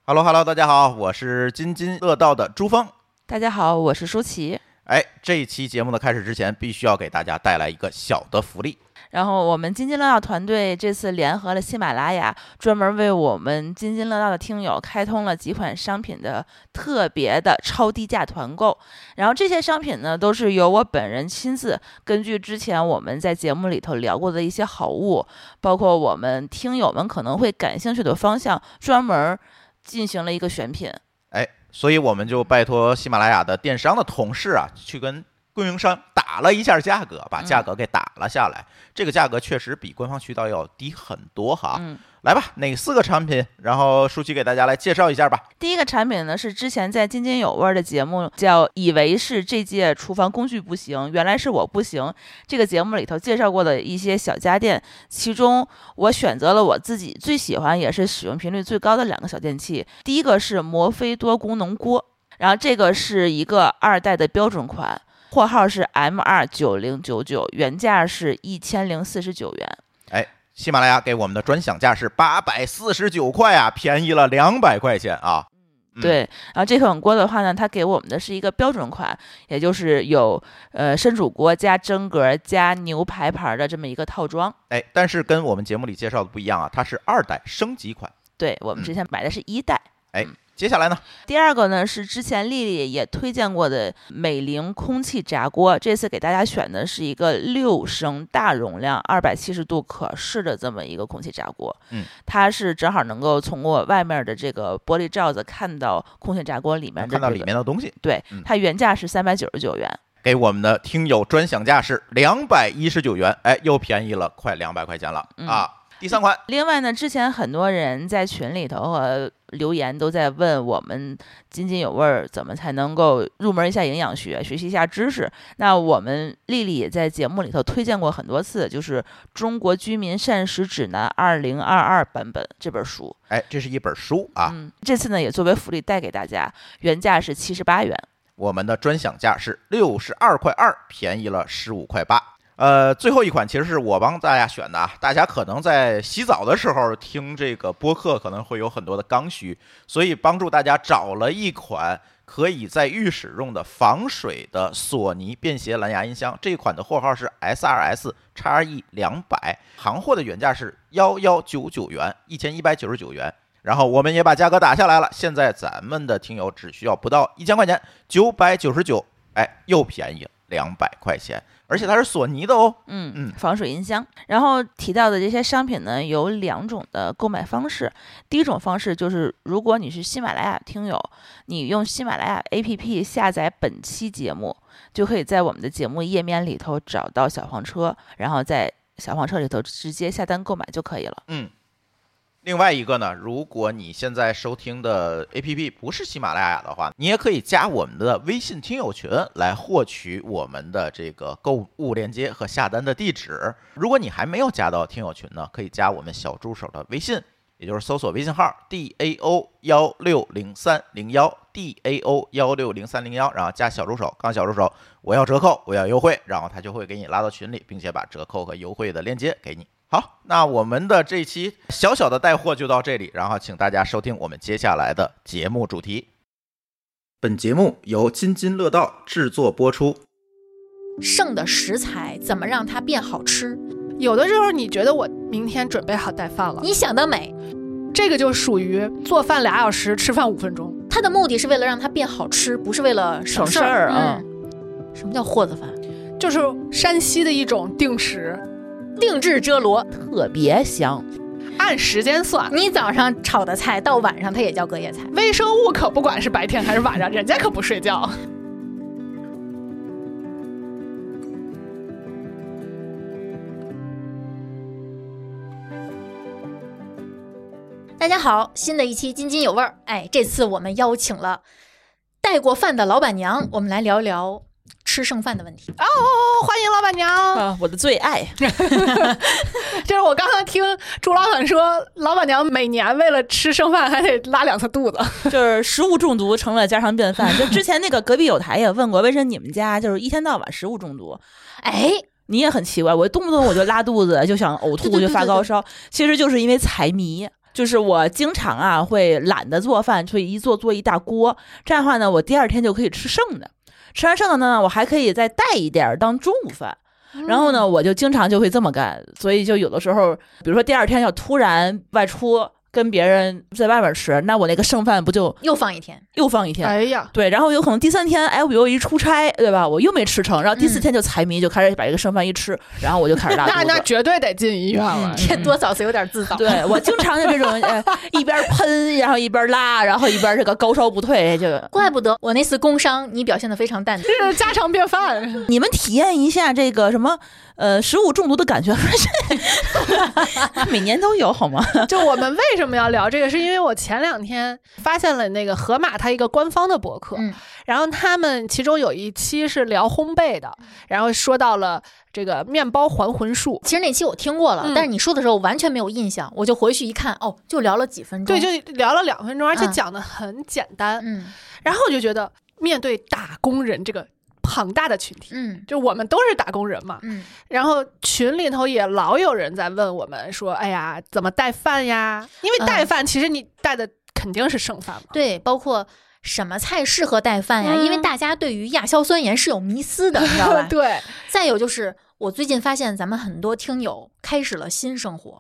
Hello， 大家好，我是津津乐道的朱峰。 大家好，我是舒淇。 这一期节目的开始之前，必须要给大家带来一个小的福利。 然后我们津津乐道团队这次联合了喜马拉雅，专门为我们津津乐道的听友开通了几款商品的特别的超低价团购。然后这些商品呢，都是由我本人亲自根据之前我们在节目里头聊过的一些好物，包括我们听友们可能会感兴趣的方向，专门进行了一个选品。 所以我们就拜托喜马拉雅的电商的同事啊，去跟供应商打了一下价格，把价格给打了下来。这个价格确实比官方渠道要低很多哈。来吧，哪4个产品？然后舒淇给大家来介绍一下吧。 第一个产品呢，是之前在津津有味的节目叫以为是这届厨房工具不行，原来是我不行，这个节目里头介绍过的一些小家电，其中我选择了我自己最喜欢也是使用频率最高的2个小电器。第一个是摩飞多功能锅，然后这个是一个2代的标准款，货号是 M29099， 原价是1049元。 喜马拉雅给我们的专享价是849块啊，便宜了200块钱啊。 对，然后这款锅的话呢，它给我们的是一个标准款，也就是有深煮锅加蒸格加牛排盘的这么一个套装。 但是跟我们节目里介绍的不一样啊，它是2代升级款。 对，我们之前买的是1代。 接下来呢？ 第二个呢是之前丽丽也推荐过的美菱空气炸锅，这次给大家选的是一个6升大容量270度可视的这么一个空气炸锅。它是正好能够从我外面的这个玻璃罩子看到空气炸锅里面的、 看到里面的东西。 对，它原价是399元。 给我们的听友专享价是219元，又便宜了快200块钱了啊！第3款， 另外呢，之前很多人在群里头和留言都在问我们津津有味怎么才能够入门一下营养学，学习一下知识。那我们丽丽也在节目里头推荐过很多次，就是《中国居民膳食指南2022版本》这本书。 这是一本书啊。 这次呢也作为福利带给大家，原价是78元， 我们的专享价是62块2，便宜了15块8。最后一款其实是我帮大家选的啊，大家可能在洗澡的时候听这个播客可能会有很多的刚需，所以帮助大家找了一款可以在浴室用的防水的索尼便携蓝牙音箱。这一款的货号是 SRS-XE200，行货的原价是1199元，1199元。然后我们也把价格打下来了，现在咱们的听友只需要不到1000块钱，999，又便宜200块钱。而且它是索尼的哦。 防水音箱。然后提到的这些商品呢，有2种的购买方式。第一种方式就是，如果你是喜马拉雅听友，你用喜马拉雅 APP 下载本期节目，就可以在我们的节目页面里头找到小黄车，然后在小黄车里头直接下单购买就可以了。 另外一个呢，如果你现在收听的 APP 不是喜马拉雅的话，你也可以加我们的微信听友群来获取我们的这个购物链接和下单的地址。如果你还没有加到听友群呢，可以加我们小助手的微信，也就是搜索微信号 DAO160301 DAO160301，然后加小助手，告诉小助手我要折扣，我要优惠，然后他就会给你拉到群里，并且把折扣和优惠的链接给你。好，那我们的这期小小的带货就到这里，然后请大家收听我们接下来的节目主题。本节目由津津乐道制作播出。 剩的食材怎么让它变好吃？ 有的时候你觉得我明天准备好带饭了， 你想得美。 这个就属于做饭2小时，吃饭5分钟。 它的目的是为了让它变好吃，不是为了省事儿啊。什么叫和子饭？ 就是山西的一种定时。 定制遮罗特别香， 按时间算， 你早上炒的菜到晚上它也叫隔夜菜。 微生物可不管是白天还是晚上，人家可不睡觉。 大家好，新的一期津津有味儿。这次我们邀请了带过饭的老板娘，我们来聊聊吃剩饭的问题。 欢迎老板娘我的最爱。 就是我刚才听朱老板说，老板娘每年为了吃剩饭还得拉2次肚子， 就是食物中毒成了家常便饭。就之前那个隔壁有台也问过，为什么你们家就是一天到晚食物中毒？你也很奇怪，我动不动我就拉肚子，就想呕吐，就发高烧，其实就是因为财迷。 就是我经常啊会懒得做饭，所以一做一大锅，这样的话呢，我第二天就可以吃剩的，吃完剩的呢，我还可以再带一点当中午饭。然后呢，我就经常就会这么干，所以就有的时候，比如说第二天要突然外出跟别人在外边吃，那我那个剩饭不就又放一天。 哎呀， 对，然后有可能第3天，哎，我又一出差，对吧？我又没吃成，然后第4天就财迷，就开始把这个剩饭一吃，然后我就开始拉肚子。 那绝对得进医院了， 这多嫂子有点自找。 对，我经常就这种一边喷，然后一边拉，然后一边这个高烧不退，这个怪不得我那次工伤你表现得非常淡定， 这是家常便饭。 你们体验一下这个什么食物中毒的感觉，每年都有好吗？ 就我们为什么要聊这个，是因为我前2天发现了那个盒马它一个官方的博客，然后他们其中有一期是聊烘焙的，然后说到了这个面包还魂术。 其实那期我听过了，但是你说的时候我完全没有印象，我就回去一看，哦，就聊了几分钟。 对，就聊了2分钟，而且讲的很简单。然后我就觉得面对打工人这个庞大的群体，就我们都是打工人嘛，然后群里头也老有人在问我们说，哎呀，怎么带饭呀？因为带饭其实你带的肯定是剩饭嘛。 对，包括什么菜适合带饭呀？因为大家对于亚硝酸盐是有迷思的，你知道吧？ 对。 再有就是，我最近发现咱们很多听友开始了新生活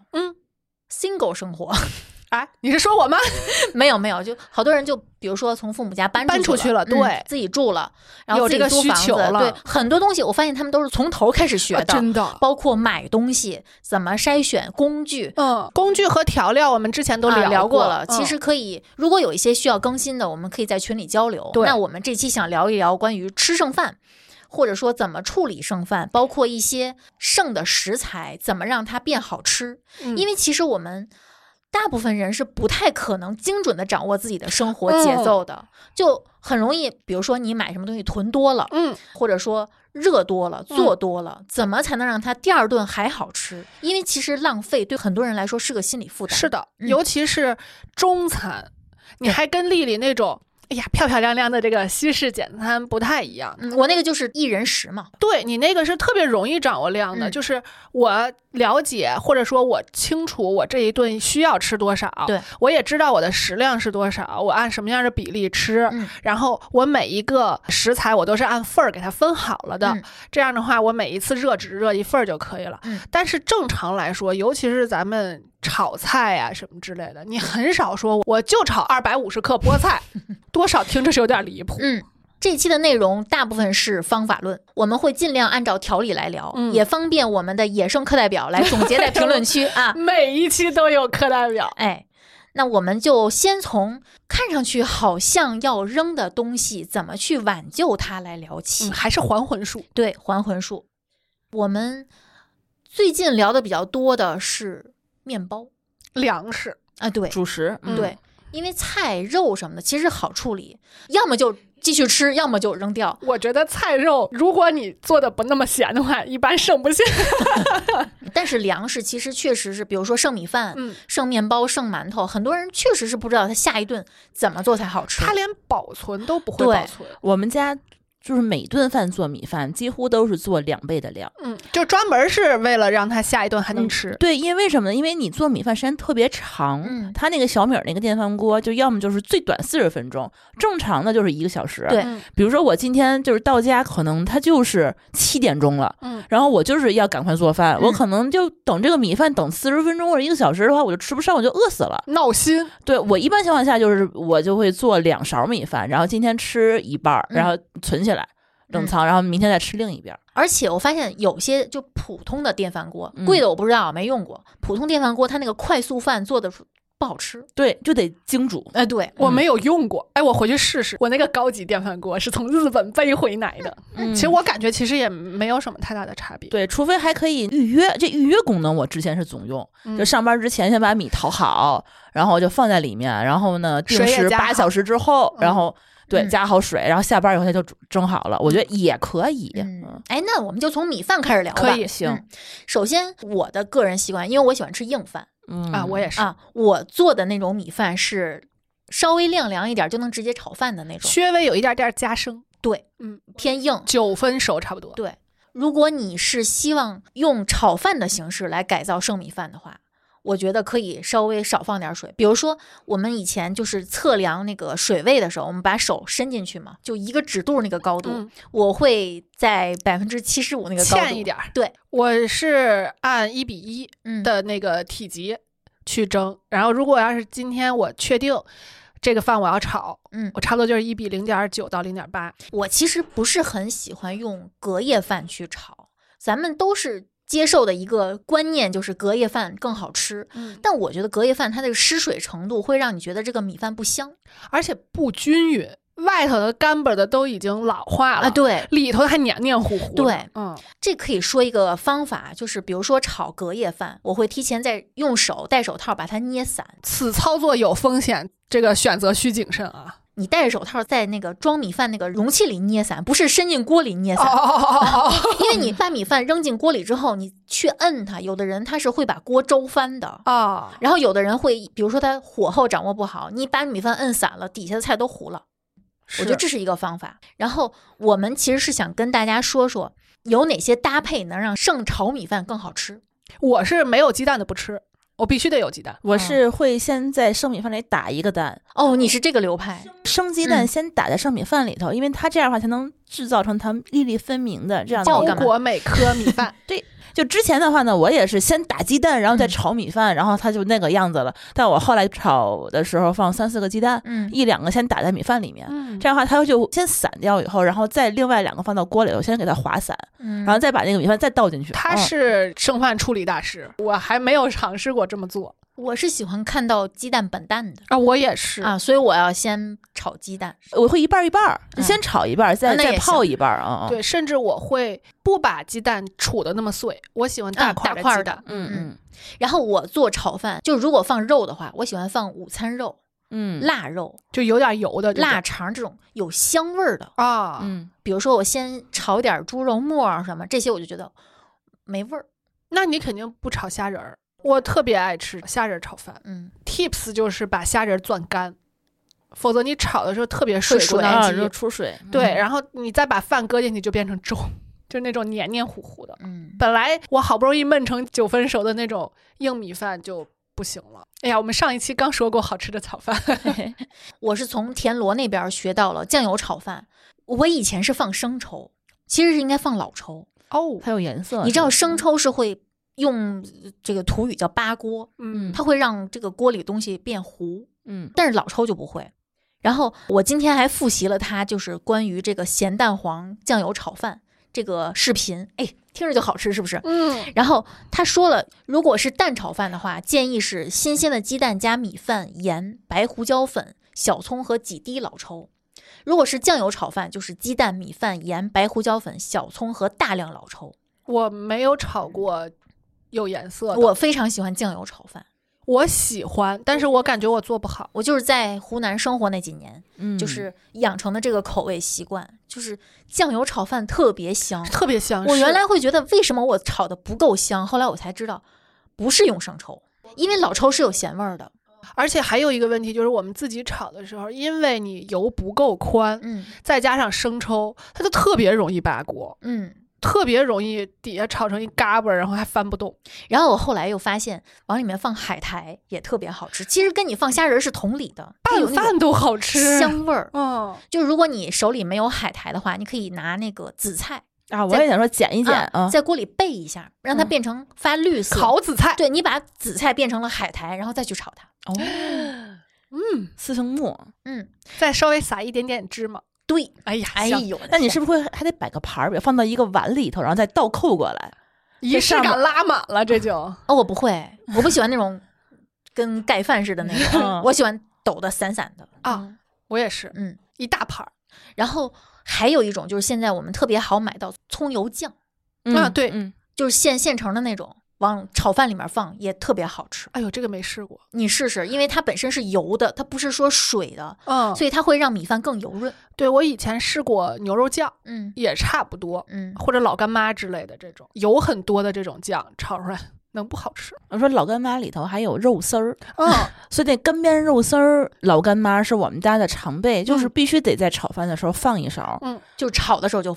，single 生活。 哎，你是说我吗？ 没有，就好多人就比如说从父母家搬出去了， 对， 自己住了，然后有这个需求了， 对，很多东西我发现他们都是从头开始学的， 真的， 包括买东西怎么筛选工具， 工具和调料我们之前都聊过了。其实可以，如果有一些需要更新的，我们可以在群里交流。那我们这期想聊一聊关于吃剩饭，或者说怎么处理剩饭，包括一些剩的食材怎么让它变好吃，因为其实我们大部分人是不太可能精准的掌握自己的生活节奏的，就很容易，比如说你买什么东西囤多了，或者说热多了，做多了，怎么才能让它第二顿还好吃？因为其实浪费对很多人来说是个心理负担。 是的，尤其是中餐，你还跟丽丽那种哎呀漂漂亮亮的这个西式简餐不太一样。 我那个就是1人食嘛。 对，你那个是特别容易掌握量的，就是我了解或者说我清楚我这一顿需要吃多少， 对， 我也知道我的食量是多少，我按什么样的比例吃，然后我每一个食材我都是按份儿给它分好了的，这样的话我每一次热只热1份就可以了。但是正常来说，尤其是咱们炒菜啊什么之类的，你很少说我就炒250克菠菜，多少听着是有点离谱。 这期的内容大部分是方法论，我们会尽量按照条理来聊，也方便我们的野生课代表来总结在评论区啊。 每一期都有课代表。 哎，那我们就先从看上去好像要扔的东西怎么去挽救它来聊起。 还是还魂术。 对，还魂术。我们最近聊的比较多的是面包、 粮食啊，对， 主食， 对，因为菜肉什么的其实好处理，要么就继续吃，要么就扔掉。 我觉得菜肉如果你做的不那么咸的话，一般剩不下。 但是粮食其实确实是，比如说剩米饭、剩面包、剩馒头，很多人确实是不知道他下一顿怎么做才好吃， 他连保存都不会保存。 我们家就是每顿饭做米饭几乎都是做2倍的量， 就专门是为了让他下一顿还能吃。 对，因为什么呢？因为你做米饭时间特别长，它那个小米那个电饭锅就要么就是最短40分钟，正常的就是1个小时。 对， 比如说我今天就是到家，可能它就是7点钟了，然后我就是要赶快做饭，我可能就等这个米饭等40分钟或者1个小时的话，我就吃不上，我就饿死了， 闹心。 对，我一般情况下就是我就会做2勺米饭，然后今天吃一半，然后存起来冷藏，然后明天再吃另一边。 而且我发现有些就普通的电饭锅，贵的我不知道，没用过。普通电饭锅它那个快速饭做的不好吃， 对，就得精煮。 对， 我没有用过，我回去试试。我那个高级电饭锅是从日本背回来的，其实我感觉其实也没有什么太大的差别。 对，除非还可以预约，这预约功能我之前是总用，就上班之前先把米淘好，然后就放在里面，然后呢定时8小时之后，然后对加好水，然后下班以后它就蒸好了，我觉得也可以。 那我们就从米饭开始聊吧。 可以，行。 首先我的个人习惯，因为我喜欢吃硬饭。 我也是我做的那种米饭是稍微晾凉一点就能直接炒饭的那种， 稍微有一点点加生。 对，偏硬 ，9分熟差不多。 对，如果你是希望用炒饭的形式来改造剩米饭的话， 我觉得可以稍微少放点水。比如说我们以前就是测量那个水位的时候，我们把手伸进去嘛，就一个指肚那个高度，我会在75%那个高度欠一点。 对， 我是按1:1的那个体积去蒸，然后如果要是今天我确定这个饭我要炒，我差不多就是1:0.9到0.8。 我其实不是很喜欢用隔夜饭去炒，咱们都是接受的一个观念就是隔夜饭更好吃，但我觉得隔夜饭它这个湿水程度会让你觉得这个米饭不香， 而且不均匀，外头的干巴的都已经老化了， 对， 里头还黏黏糊糊。 对，这可以说一个方法，就是比如说炒隔夜饭，我会提前在用手戴手套把它捏散。 此操作有风险，这个选择需谨慎啊。 你戴着手套在那个装米饭那个容器里捏散，不是伸进锅里捏散，因为你把米饭扔进锅里之后，你去摁它，有的人他是会把锅周翻的然后有的人会，比如说他火候掌握不好，你把米饭摁散了，底下的菜都糊了。我觉得这是一个方法。然后我们其实是想跟大家说说有哪些搭配能让剩炒米饭更好吃。 我是没有鸡蛋的不吃，我必须得有鸡蛋。 我是会先在生米饭里打一个蛋。 你是这个流派， 生鸡蛋先打在生米饭里头，因为它这样的话才能制造成它粒粒分明的这样的包裹每颗米饭。 对。就之前的话呢，我也是先打鸡蛋，然后再炒米饭，然后它就那个样子了。但我后来炒的时候放3-4个鸡蛋，1-2个先打在米饭里面，这样的话它就先散掉以后，然后再另外2个放到锅里头，先给它滑散，然后再把那个米饭再倒进去。 他是剩饭处理大师，我还没有尝试过这么做。 我是喜欢看到鸡蛋本蛋的我也是所以我要先炒鸡蛋， 我会一半一半，先炒一半，再泡一半对，甚至我会不把鸡蛋杵的那么碎，我喜欢大块的鸡蛋。 然后我做炒饭，就如果放肉的话，我喜欢放午餐肉，腊肉， 就有点油的腊肠这种有香味儿的比如说我先炒点猪肉末什么这些，我就觉得没味儿。 那你肯定不炒虾仁儿。我特别爱吃虾仁炒饭，tips 就是把虾仁攥干，否则你炒的时候特别水就出水。 对，然后你再把饭搁进去就变成粥，就那种黏黏糊糊的。本来我好不容易焖成9分熟的那种硬米饭就不行了。哎呀，我们上一期刚说过好吃的炒饭。 我是从田螺那边学到了酱油炒饭。我以前是放生抽，其实是应该放老抽它有颜色。 你知道生抽是会用这个土语叫扒锅，它会让这个锅里的东西变糊，但是老抽就不会。然后我今天还复习了它就是关于这个咸蛋黄酱油炒饭这个视频，听着就好吃，是不是？然后他说了，如果是蛋炒饭的话，建议是新鲜的鸡蛋加米饭、盐、白胡椒粉、小葱和几滴老抽。如果是酱油炒饭，就是鸡蛋、米饭、盐、白胡椒粉、小葱和大量老抽。 我没有炒过有颜色的。 我非常喜欢酱油炒饭。 我喜欢，但是我感觉我做不好。 我就是在湖南生活那几年，就是养成的这个口味习惯，就是酱油炒饭特别香， 特别香。 我原来会觉得为什么我炒的不够香，后来我才知道不是用生抽，因为老抽是有咸味的。 而且还有一个问题就是我们自己炒的时候，因为你油不够宽，再加上生抽，它就特别容易扒锅。特别容易底下炒成一嘎巴，然后还翻不动。 然后我后来又发现往里面放海苔也特别好吃，其实跟你放虾仁是同理的， 拌饭都好吃， 香味儿。就如果你手里没有海苔的话，你可以拿那个紫菜我也想说剪一剪在锅里焙一下，让它变成发绿色。 烤紫菜， 对，你把紫菜变成了海苔，然后再去炒它。 四层木， 再稍微撒一点点芝麻。 对， 哎呀， 那你是不是还得摆个盘儿，放到一个碗里头，然后再倒扣过来， 仪式感拉满了？这就我不会，我不喜欢那种跟盖饭似的那种，我喜欢抖的散散的我也是，一大盘。 然后还有一种就是现在我们特别好买到葱油酱， 对， 就是现成的那种。往炒饭里面放也特别好吃。 哎呦，这个没试过， 你试试，因为它本身是油的，它不是说水的，所以它会让米饭更油润。 对，我以前试过牛肉酱，也差不多，或者老干妈之类的这种油很多的这种酱炒出来能不好吃？ 我说老干妈里头还有肉丝儿，所以那干煸肉丝儿老干妈是我们家的常备，就是必须得在炒饭的时候放一勺， 就炒的时候就放。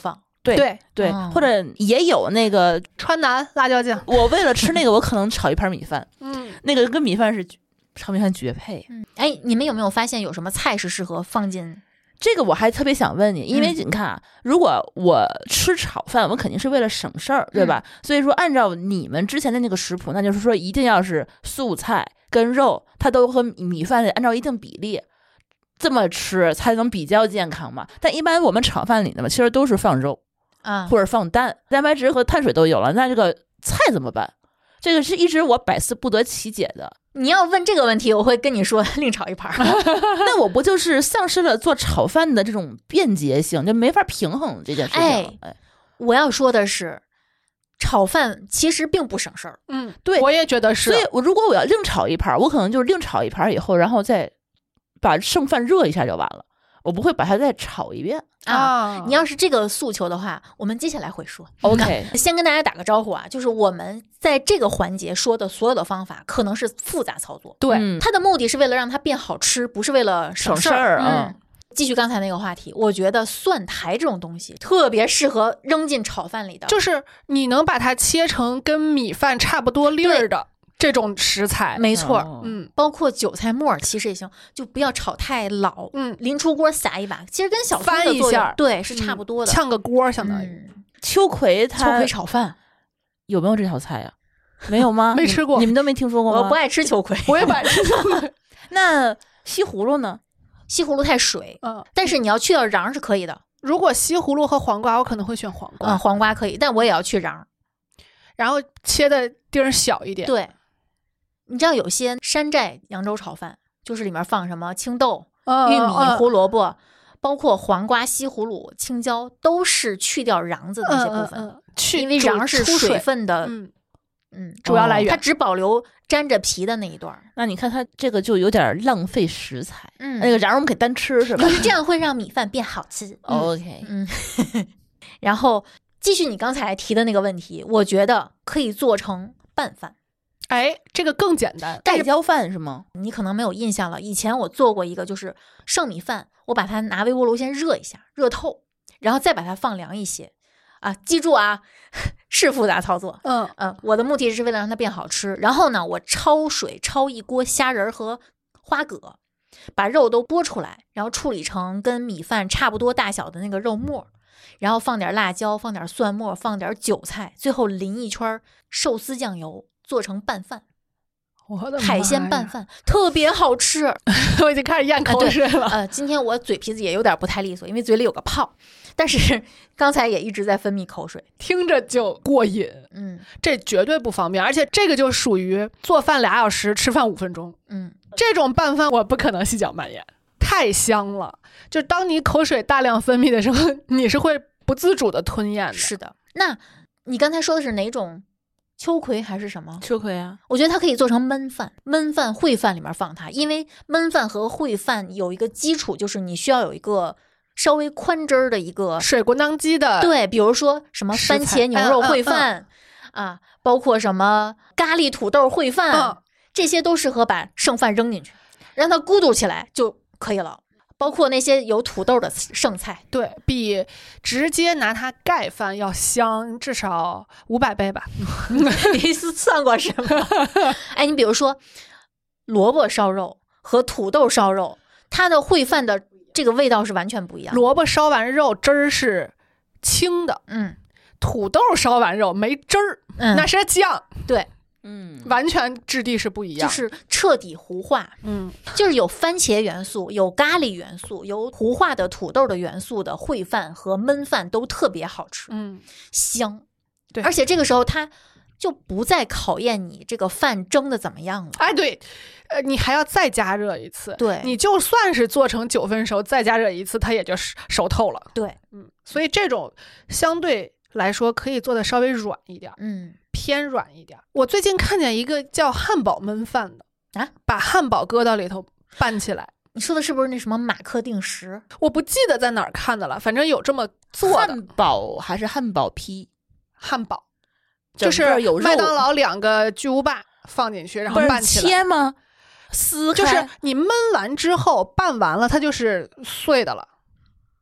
对对，或者也有那个川南辣椒酱。 我为了吃那个，我可能炒一盘米饭，那个跟米饭是炒米饭绝配。 哎，你们有没有发现有什么菜是适合放进？ 这个我还特别想问你，因为你看啊，如果我吃炒饭，我肯定是为了省事儿，对吧？所以说按照你们之前的那个食谱，那就是说一定要是素菜跟肉，它都和米饭按照一定比例这么吃才能比较健康嘛。但一般我们炒饭里的嘛，其实都是放肉啊，或者放蛋，蛋白质和碳水都有了，那这个菜怎么办？这个是一直我百思不得其解的。 你要问这个问题，我会跟你说另炒一盘。 那我不就是丧失了做炒饭的这种便捷性，就没法平衡这件事情。 我要说的是，炒饭其实并不省事儿。 对， 我也觉得是。 所以如果我要另炒一盘，我可能就是另炒一盘以后，然后再把剩饭热一下就完了。我不会把它再炒一遍啊！你要是这个诉求的话，我们接下来会说。 OK， 先跟大家打个招呼啊，就是我们在这个环节说的所有的方法可能是复杂操作， 对， 它的目的是为了让它变好吃，不是为了省事儿啊。 继续刚才那个话题，我觉得蒜苔这种东西特别适合扔进炒饭里的， 就是你能把它切成跟米饭差不多粒儿的。这种食材没错，包括韭菜末其实也行，就不要炒太老，临出锅撒一把，其实跟小葱的作用对是差不多的， 炝个锅相当于。 秋葵炒饭有没有这条菜呀？没有吗？ 没吃过， 你们都没听说过吗？ 我不爱吃秋葵， 我也不爱吃秋葵。 那西葫芦呢？ 西葫芦太水，但是你要去掉瓤是可以的。 如果西葫芦和黄瓜，我可能会选黄瓜， 黄瓜可以，但我也要去瓤， 然后切的丁小一点。 对。你知道有些山寨扬州炒饭，就是里面放什么青豆、玉米、胡萝卜，包括黄瓜、西葫芦、青椒，都是去掉瓤子的那些部分，因为瓤是水分的， 主要来源， 它只保留沾着皮的那一段。 那你看它这个就有点浪费食材，那个瓤我们可以单吃是吧？ 可是这样会让米饭变好吃。 OK， 然后继续你刚才提的那个问题，我觉得可以做成拌饭。 哎，这个更简单， 盖浇饭是吗？ 你可能没有印象了。以前我做过一个，就是剩米饭，我把它拿微波炉先热一下，热透，然后再把它放凉一些。啊，记住啊，是复杂操作。我的目的是为了让它变好吃。然后呢，我焯水焯一锅虾仁和花蛤，把肉都剥出来，然后处理成跟米饭差不多大小的那个肉末，然后放点辣椒，放点蒜末，放点韭菜，最后淋一圈寿司酱油。做成拌饭，海鲜拌饭特别好吃， 我已经开始咽口水了。 今天我嘴皮子也有点不太利索，因为嘴里有个泡，但是刚才也一直在分泌口水， 听着就过瘾。这绝对不方便，而且这个就属于做饭2小时，吃饭5分钟。这种拌饭我不可能细嚼慢咽，太香了。就当你口水大量分泌的时候，你是会不自主的吞咽的。 是的，那你刚才说的是哪种？秋葵还是什么？ 秋葵啊， 我觉得它可以做成焖饭，焖饭烩饭里面放它，因为焖饭和烩饭有一个基础，就是你需要有一个稍微宽汁儿的一个水滚当鸡的， 对，比如说什么番茄牛肉烩饭啊，包括什么咖喱土豆烩饭，这些都适合把剩饭扔进去，让它咕嘟起来就可以了。包括那些有土豆的剩菜， 对，比直接拿它盖饭要香至少500倍吧。 你是算过什么？哎，你比如说萝卜烧肉和土豆烧肉，它的烩饭的这个味道是完全不一样。 萝卜烧完肉汁儿是清的，土豆烧完肉没汁儿，那是酱， 对。 完全质地是不一样， 就是彻底糊化。就是有番茄元素，有咖喱元素，有糊化的土豆的元素的烩饭和焖饭都特别好吃，香。 对， 而且这个时候它就不再考验你这个饭蒸的怎么样了。 哎，对，你还要再加热一次。 对， 你就算是做成9分熟，再加热一次，它也就熟透了。 对， 所以这种相对来说可以做的稍微软一点，偏软一点。我最近看见一个叫汉堡焖饭的啊， 把汉堡搁到里头拌起来。 你说的是不是那什么马克定时？ 我不记得在哪儿看的了，反正有这么做的。 汉堡还是汉堡批？ 汉堡就是有麦当劳2个巨无霸放进去，然后拌起来。 切吗？撕开？ 就是你焖完之后拌完了，它就是碎的了。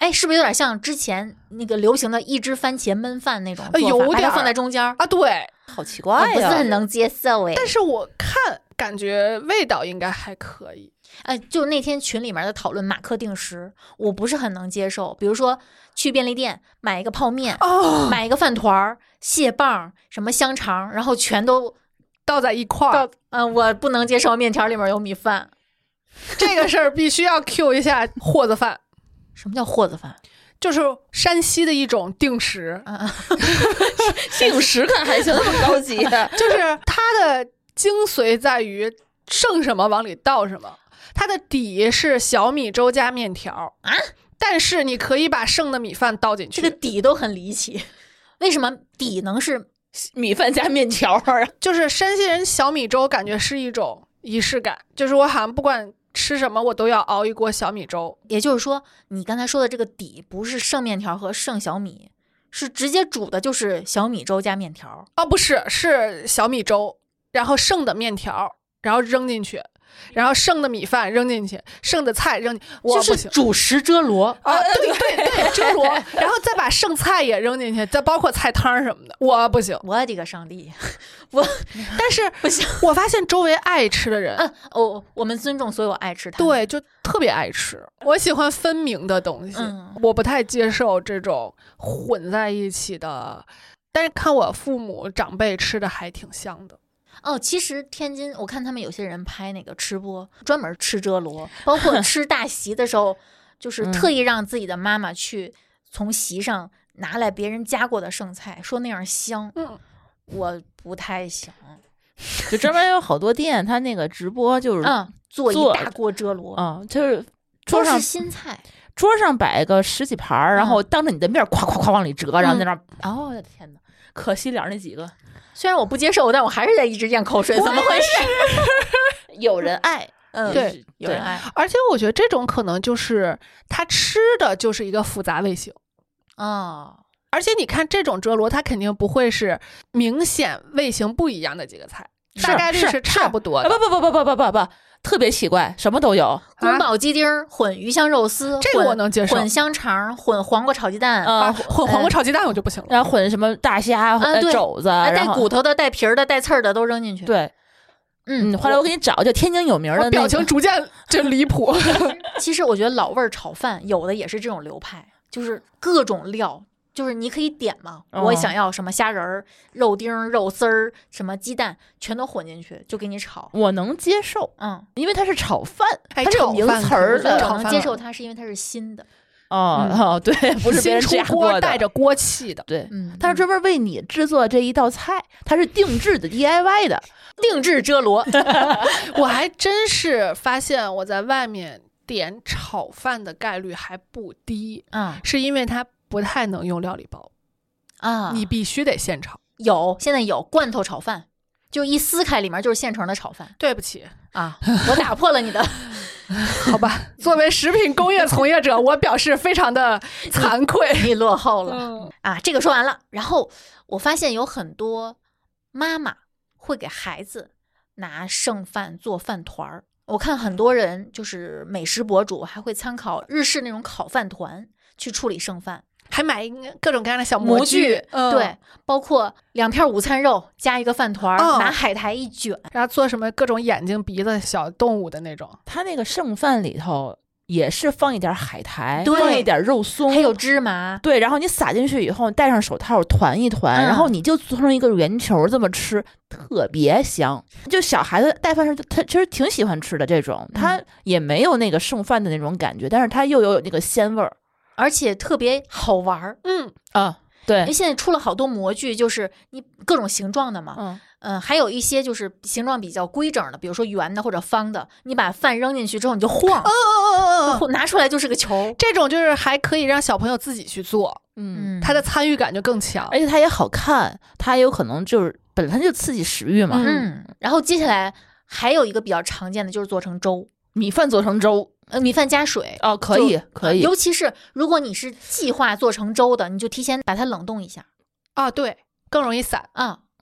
哎，是不是有点像之前那个流行的一只番茄焖饭那种做法， 有点把它放在中间啊？对， 好奇怪呀， 不是很能接受哎。 但是我感觉味道应该还可以。 哎，就那天群里面的讨论马克定时，我不是很能接受。比如说去便利店买一个泡面，买一个饭团、蟹棒、什么香肠，然后全都倒在一块儿。 我不能接受面条里面有米饭， 这个事儿必须要 Q 一下和子饭。 什么叫和子饭？ 就是山西的一种定时。 定时看还行，那么高级。 就是它的精髓在于剩什么往里倒什么。它的底是小米粥加面条啊， 但是你可以把剩的米饭倒进去。 这个底都很离奇，为什么底能是米饭加面条啊？ 就是山西人小米粥感觉是一种仪式感，就是我好像不管吃什么我都要熬一锅小米粥。 也就是说你刚才说的这个底不是剩面条和剩小米，是直接煮的就是小米粥加面条。 不是，是小米粥，然后剩的面条然后扔进去，然后剩的米饭扔进去，剩的菜扔进去，我不行， 就是主食遮罗对，遮罗，然后再把剩菜也扔进去，再包括菜汤什么的，我不行。 我的个上帝， 但是不行， 我发现周围爱吃的人， 我们尊重所有爱吃它， 对，就特别爱吃。我喜欢分明的东西，我不太接受这种混在一起的。但是看我父母长辈吃的还挺香的。 其实天津我看他们有些人拍那个吃播，专门吃遮罗，包括吃大席的时候，就是特意让自己的妈妈去从席上拿来别人夹过的剩菜，说那样香。我不太想。 就专门有好多店，他那个直播就是做一大锅遮罗， 就是桌上都是新菜， 桌上摆个十几盘，然后当着你的面夸夸夸往里折，然后在那儿，我的天哪！可惜了那几个。 虽然我不接受，但我还是在一直咽口水，怎么回事？ 有人爱， 对， 有人爱。 而且我觉得这种可能就是他吃的就是一个复杂味型而且你看这种遮罗，它肯定不会是明显味型不一样的几个菜，大概率是差不多的。 不，特别奇怪，什么都有。 宫保鸡丁混鱼香肉丝， 这个我能接受。 混香肠，混黄瓜炒鸡蛋， 混黄瓜炒鸡蛋我就不行了。 然后混什么大虾、肘子， 带骨头的、带皮儿的、带刺儿的都扔进去。 对，后来我给你找，就天津有名的， 表情逐渐就离谱。 其实我觉得老味儿炒饭有的也是这种流派，就是各种料。就是你可以点嘛，我想要什么虾仁儿、肉丁、肉丝儿、什么鸡蛋，全都混进去，就给你炒。 我能接受，因为它是炒饭，它是有名词儿的。 我能接受它是因为它是新的。 对，不是别人加过的， 带着锅气的。 对，它是专门为你制作这一道菜，它是定制的 DIY 的定制遮罗。 我还真是发现我在外面点炒饭的概率还不低，是因为它不太能用料理包你必须得现炒。 现在有罐头炒饭，就一撕开里面就是现成的炒饭。 对不起我打破了你的好吧，作为食品工业从业者，我表示非常的惭愧， 你落后了这个说完了。然后我发现有很多妈妈会给孩子拿剩饭做饭团儿。我看很多人就是美食博主还会参考日式那种烤饭团去处理剩饭， 还买各种各样的小模具， 对，包括2片午餐肉加一个饭团，拿海苔一卷， 然后做什么各种眼睛鼻子小动物的那种。 它那个剩饭里头也是放一点海苔， 放一点肉松， 还有芝麻， 对，然后你撒进去以后戴上手套团一团，然后你就做成一个圆球这么吃，特别香。就小孩子带饭时他其实挺喜欢吃的这种，他也没有那个剩饭的那种感觉，但是他又有那个鲜味儿， 而且特别好玩儿。 对， 因为现在出了好多模具，就是你各种形状的嘛，还有一些就是形状比较规整的，比如说圆的或者方的，你把饭扔进去之后你就晃，拿出来就是个球。 这种就是还可以让小朋友自己去做，他的参与感就更强， 而且他也好看，他有可能就是本来就刺激食欲嘛。 然后接下来还有一个比较常见的就是做成粥， 米饭做成粥。 米饭加水可以， 尤其是如果你是计划做成粥的，你就提前把它冷冻一下对，更容易散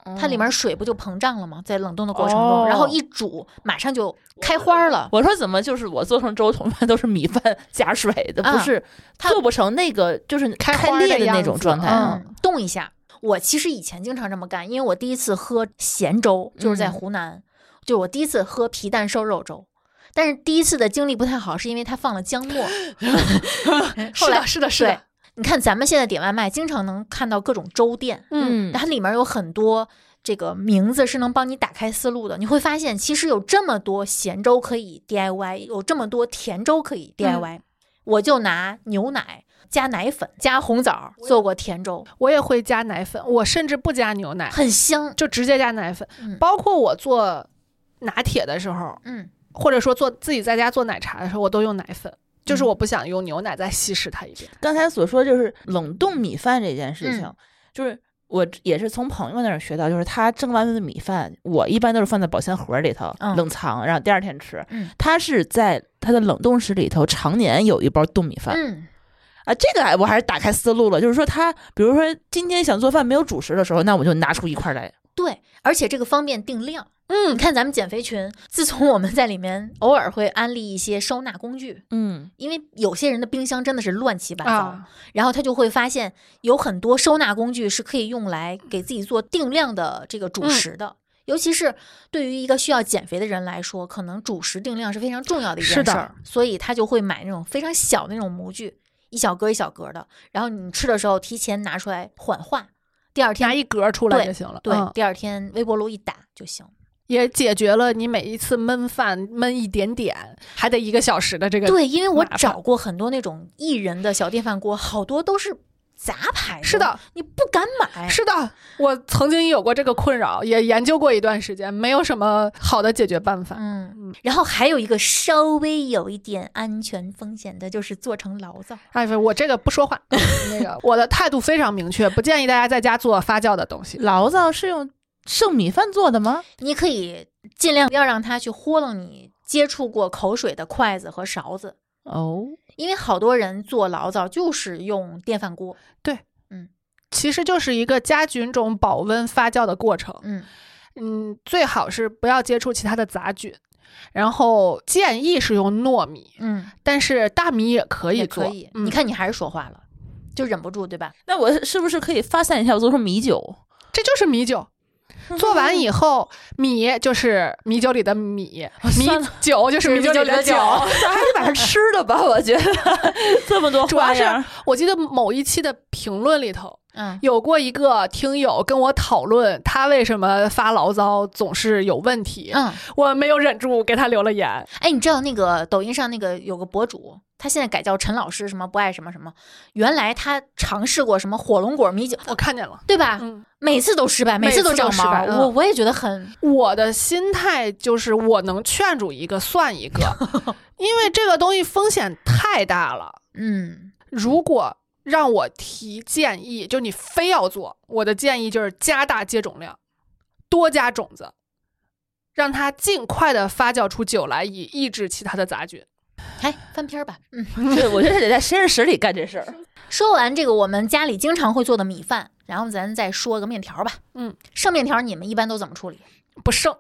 它里面水不就膨胀了吗？在冷冻的过程中，然后一煮马上就开花了。 我说怎么就是我做成粥桶饭都是米饭加水的，不是做不成那个就是开裂的那种状态。 冻一下。我其实以前经常这么干，因为我第一次喝咸粥就是在湖南，就我第一次喝皮蛋瘦肉粥。但是第一次的经历不太好，是因为它放了姜末。后来是的。 你看咱们现在点外卖，经常能看到各种粥店，它里面有很多这个名字是能帮你打开思路的。你会发现，其实有这么多咸粥可以 DIY， 有这么多甜粥可以 DIY。我就拿牛奶加奶粉加红枣做过甜粥， 我也会加奶粉，我甚至不加牛奶， 很香， 就直接加奶粉。包括我做拿铁的时候，或者说自己在家做奶茶的时候，我都用奶粉。就是我不想用牛奶再稀释它一遍。 刚才所说就是冷冻米饭这件事情，就是我也是从朋友那儿学到，就是他蒸完的米饭，我一般都是放在保鲜盒里头冷藏，然后第二天吃。他是在他的冷冻室里头常年有一包冻米饭。这个我还是打开思路了，就是说他比如说今天想做饭没有主食的时候，那我就拿出一块来。 对，而且这个方便定量。你看咱们减肥群，自从我们在里面偶尔会安利一些收纳工具，因为有些人的冰箱真的是乱七八糟，然后他就会发现有很多收纳工具是可以用来给自己做定量的这个主食的。尤其是对于一个需要减肥的人来说，可能主食定量是非常重要的一件事儿，所以他就会买那种非常小的那种模具，一小格一小格的，然后你吃的时候提前拿出来缓化，第二天拿一格出来就行了。 对，第二天微波炉一打就行。 也解决了你每一次焖饭焖一点点还得1个小时的这个。 对，因为我找过很多那种1人的小电饭锅，好多都是杂牌的。 是的， 你不敢买。 是的，我曾经有过这个困扰，也研究过一段时间，没有什么好的解决办法。 然后还有一个稍微有一点安全风险的，就是做成醪糟。 我这个不说话，那个我的态度非常明确，不建议大家在家做发酵的东西。 醪糟是用剩米饭做的吗？ 你可以尽量不要让它去豁楞你接触过口水的筷子和勺子。因为好多人做醪糟就是用电饭锅。 对，其实就是一个加菌种保温发酵的过程。最好是不要接触其他的杂菌，然后建议是用糯米。但是大米也可以做。 你看你还是说话了，就忍不住对吧？ 那我是不是可以发散一下，我做成米酒？ 这就是米酒。做完以后，米就是米酒里的米，米酒就是米酒里的酒， 咱还得把它吃的吧？我觉得这么多花样。 主要是我记得某一期的评论里头，有过一个听友跟我讨论他为什么发醪糟总是有问题。我没有忍住给他留了言。 你知道那个抖音上那个有个博主，他现在改叫陈老师，什么不爱什么什么，原来他尝试过什么火龙果米酒， 我看见了， 对吧？每次都失败，每次都长毛。我也觉得我的心态就是我能劝住一个算一个，因为这个东西风险太大了。如果让我提建议，就你非要做，我的建议就是加大接种量，多加种子，让它尽快的发酵出酒来，以抑制其他的杂菌。 翻篇吧。 对，我觉得得在实验室里干这事儿。 说完这个我们家里经常会做的米饭，然后咱再说个面条吧。剩面条你们一般都怎么处理？ 不剩。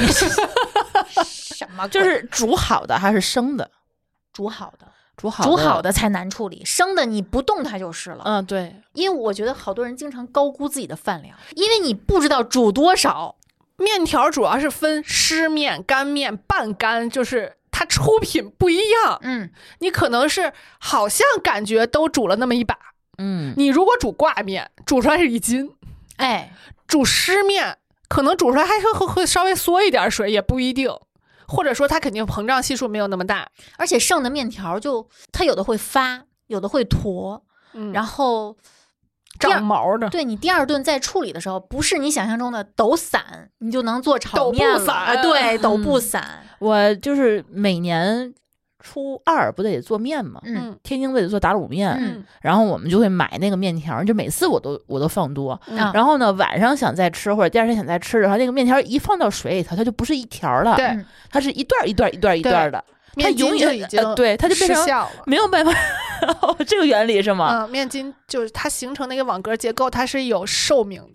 什么？ 就是煮好的还是生的？ 煮好的才难处理，生的你不动它就是了。 对， 因为我觉得好多人经常高估自己的饭量，因为你不知道煮多少。 面条主要是分湿面、干面、半干，就是它出品不一样。你可能是好像感觉都煮了那么一把。你如果煮挂面，煮出来是1斤。煮湿面可能煮出来还会稍微缩一点水，也不一定。或者说它肯定膨胀系数没有那么大。 而且剩的面条它有的会发，有的会坨，然后长毛的。 对，你第二顿再处理的时候，不是你想象中的抖散，你就能做炒面了。 抖不散。 对，抖不散。 我就是每年初2不得做面嘛，天津不得做打卤面，然后我们就会买那个面条，就每次我都放多，然后呢晚上想再吃或者第二天想再吃的话，那个面条一放到水里头，它就不是一条了， 对， 它是一段一段一段一段的，它永远已经对，它就变成没有办法。这个原理是吗？ 面筋就是它形成那个网格结构，它是有寿命的。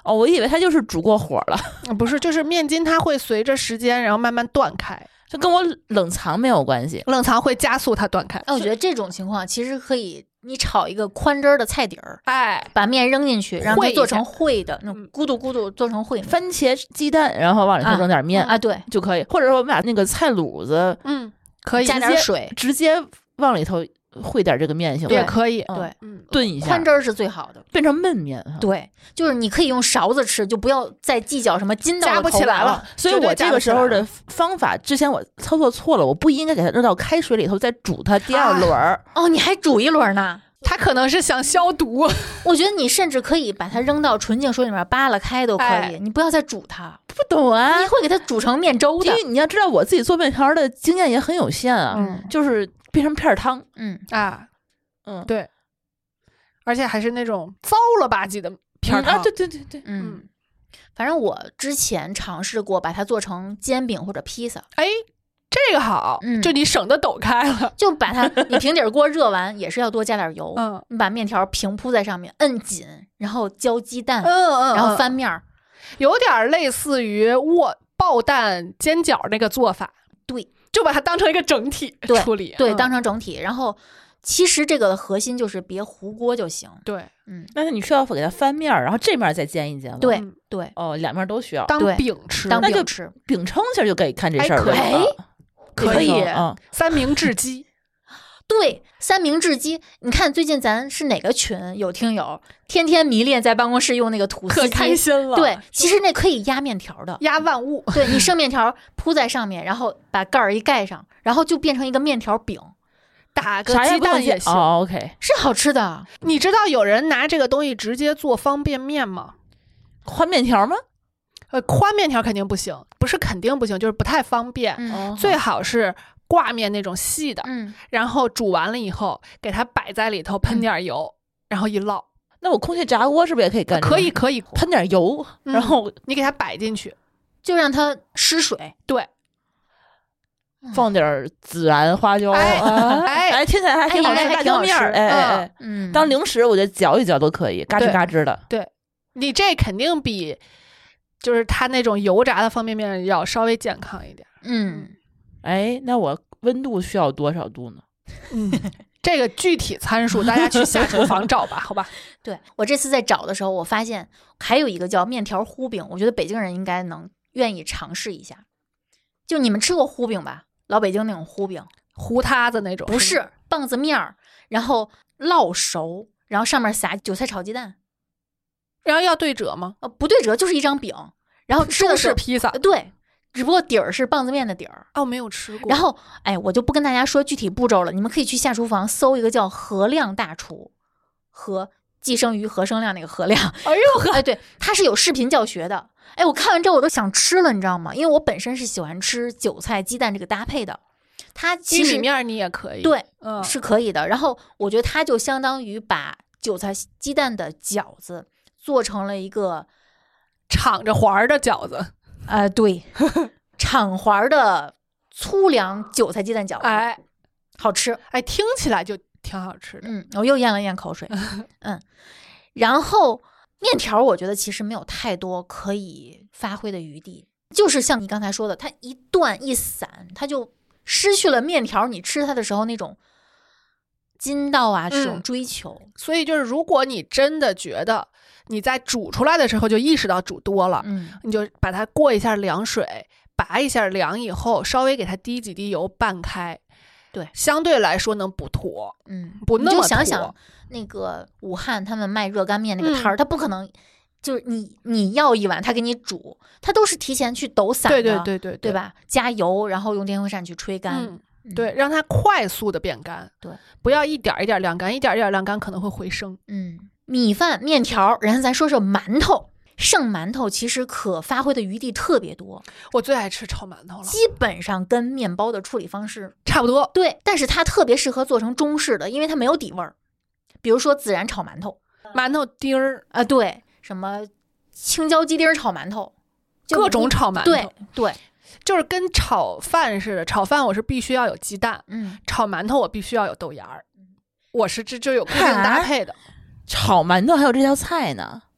哦，我以为它就是煮过火了。 不是，就是面筋它会随着时间然后慢慢断开， 这跟我冷藏没有关系， 冷藏会加速它断开。 我觉得这种情况其实可以，你炒一个宽汁儿的菜底儿，把面扔进去，让它做成烩的，那咕嘟咕嘟做成烩面。 番茄鸡蛋，然后往里头扔点面对就可以，或者说我们把那个菜卤子， 可以加点水， 直接往里头烩点这个面行吗？ 也可以， 对， 炖一下， 宽汁儿是最好的， 变成焖面。 对，就是你可以用勺子吃，就不要再计较什么筋道夹不起来了。 所以我这个时候的方法，之前我操作错了，我不应该给它扔到开水里头再煮它第二轮。 哦，你还煮一轮呢？ 他可能是想消毒。 我觉得你甚至可以把它扔到纯净水里面扒拉开都可以，你不要再煮它。 不懂啊， 你会给它煮成面粥的。 因为你要知道，我自己做面条的经验也很有限啊，就是变成片汤。 对，而且还是那种糟了吧唧的片汤。 对， 反正我之前尝试过把它做成煎饼或者披萨。 这个好，就你省得抖开了， 就把它，你平底锅热完也是要多加点油，你把面条平铺在上面，摁紧，然后浇鸡蛋，然后翻面， 有点类似于爆蛋煎饺那个做法。 对， 就把它当成一个整体处理， 对，当成整体。然后其实这个的核心就是别糊锅就行。 对， 但是你需要给它翻面，然后这面再煎一煎吗？ 对， 哦，两面都需要当饼吃， 当饼吃， 饼撑起来就可以看这事儿了。 可以， 三明治鸡。 对，三明治鸡，你看最近咱是哪个群有听友天天迷恋在办公室用那个吐司机， 可开心了。 对，其实那可以压面条的， 压万物。 对，你生面条铺在上面，然后把盖儿一盖上，然后就变成一个面条饼， 打个鸡蛋也行。 OK， 是好吃的。 你知道有人拿这个东西直接做方便面吗？ 宽面条吗？ 宽面条肯定不行，不是肯定不行，就是不太方便。最好是挂面那种细的，然后煮完了以后给它摆在里头，喷点油，然后一烙。 那我空气炸锅是不是也可以干？ 可以， 喷点油，然后你给它摆进去， 就让它湿水。 对， 放点孜然、花椒，听起来还挺好吃，辣椒面，当零食我觉得嚼一嚼都可以，嘎吱嘎吱的。 对，你这肯定比就是它那种油炸的方便面要稍微健康一点。 那我温度需要多少度呢？ 这个具体参数大家去下厨房找吧，好吧？ 对，我这次在找的时候，我发现还有一个叫面条糊饼，我觉得北京人应该愿意尝试一下。就你们吃过糊饼吧？老北京那种糊饼， 糊塌子那种， 不是棒子面儿，然后烙熟，然后上面撒韭菜炒鸡蛋， 然后要对折吗？ 不对折，就是一张饼，然后吃的是披萨， 对。只不过底儿是棒子面的底儿。 没有吃过。 然后，我就不跟大家说具体步骤了，你们可以去下厨房搜一个叫和亮大厨，和寄生于和生亮那个和亮。对，他是有视频教学的。我看完之后我都想吃了，你知道吗？因为我本身是喜欢吃韭菜鸡蛋这个搭配的。它其实玉米面你也可以， 对，是可以的。然后我觉得它就相当于把韭菜鸡蛋的饺子做成了一个敞着环的饺子。 对，敞环的粗粮韭菜鸡蛋饺子，好吃， 听起来就挺好吃的。 我又咽了咽口水。然后面条，我觉得其实没有太多可以发挥的余地，就是像你刚才说的，它一断一散，它就失去了面条你吃它的时候那种筋道啊，这种追求。 所以就是如果你真的觉得你在煮出来的时候就意识到煮多了，你就把它过一下凉水，拔一下凉以后，稍微给它滴几滴油拌开， 对， 相对来说能补坨，不那么坨。 你就想想那个武汉他们卖热干面那个摊儿，他不可能就是你要一碗他给你煮，他都是提前去抖散的，对吧？加油，然后用电风扇去吹干， 对，让它快速的变干， 对， 不要一点一点晾干，一点一点晾干可能会回生。 米饭、面条，然后咱说馒头，剩馒头其实可发挥的余地特别多。 我最爱吃炒馒头了， 基本上跟面包的处理方式差不多。 对，但是它特别适合做成中式的，因为它没有底味儿。比如说孜然炒馒头、 馒头丁儿对，什么青椒鸡丁炒馒头， 各种炒馒头。 对， 就是跟炒饭似的。炒饭我是必须要有鸡蛋，炒馒头我必须要有豆芽儿，我是这就有固定搭配的。 炒馒头还有这道菜呢？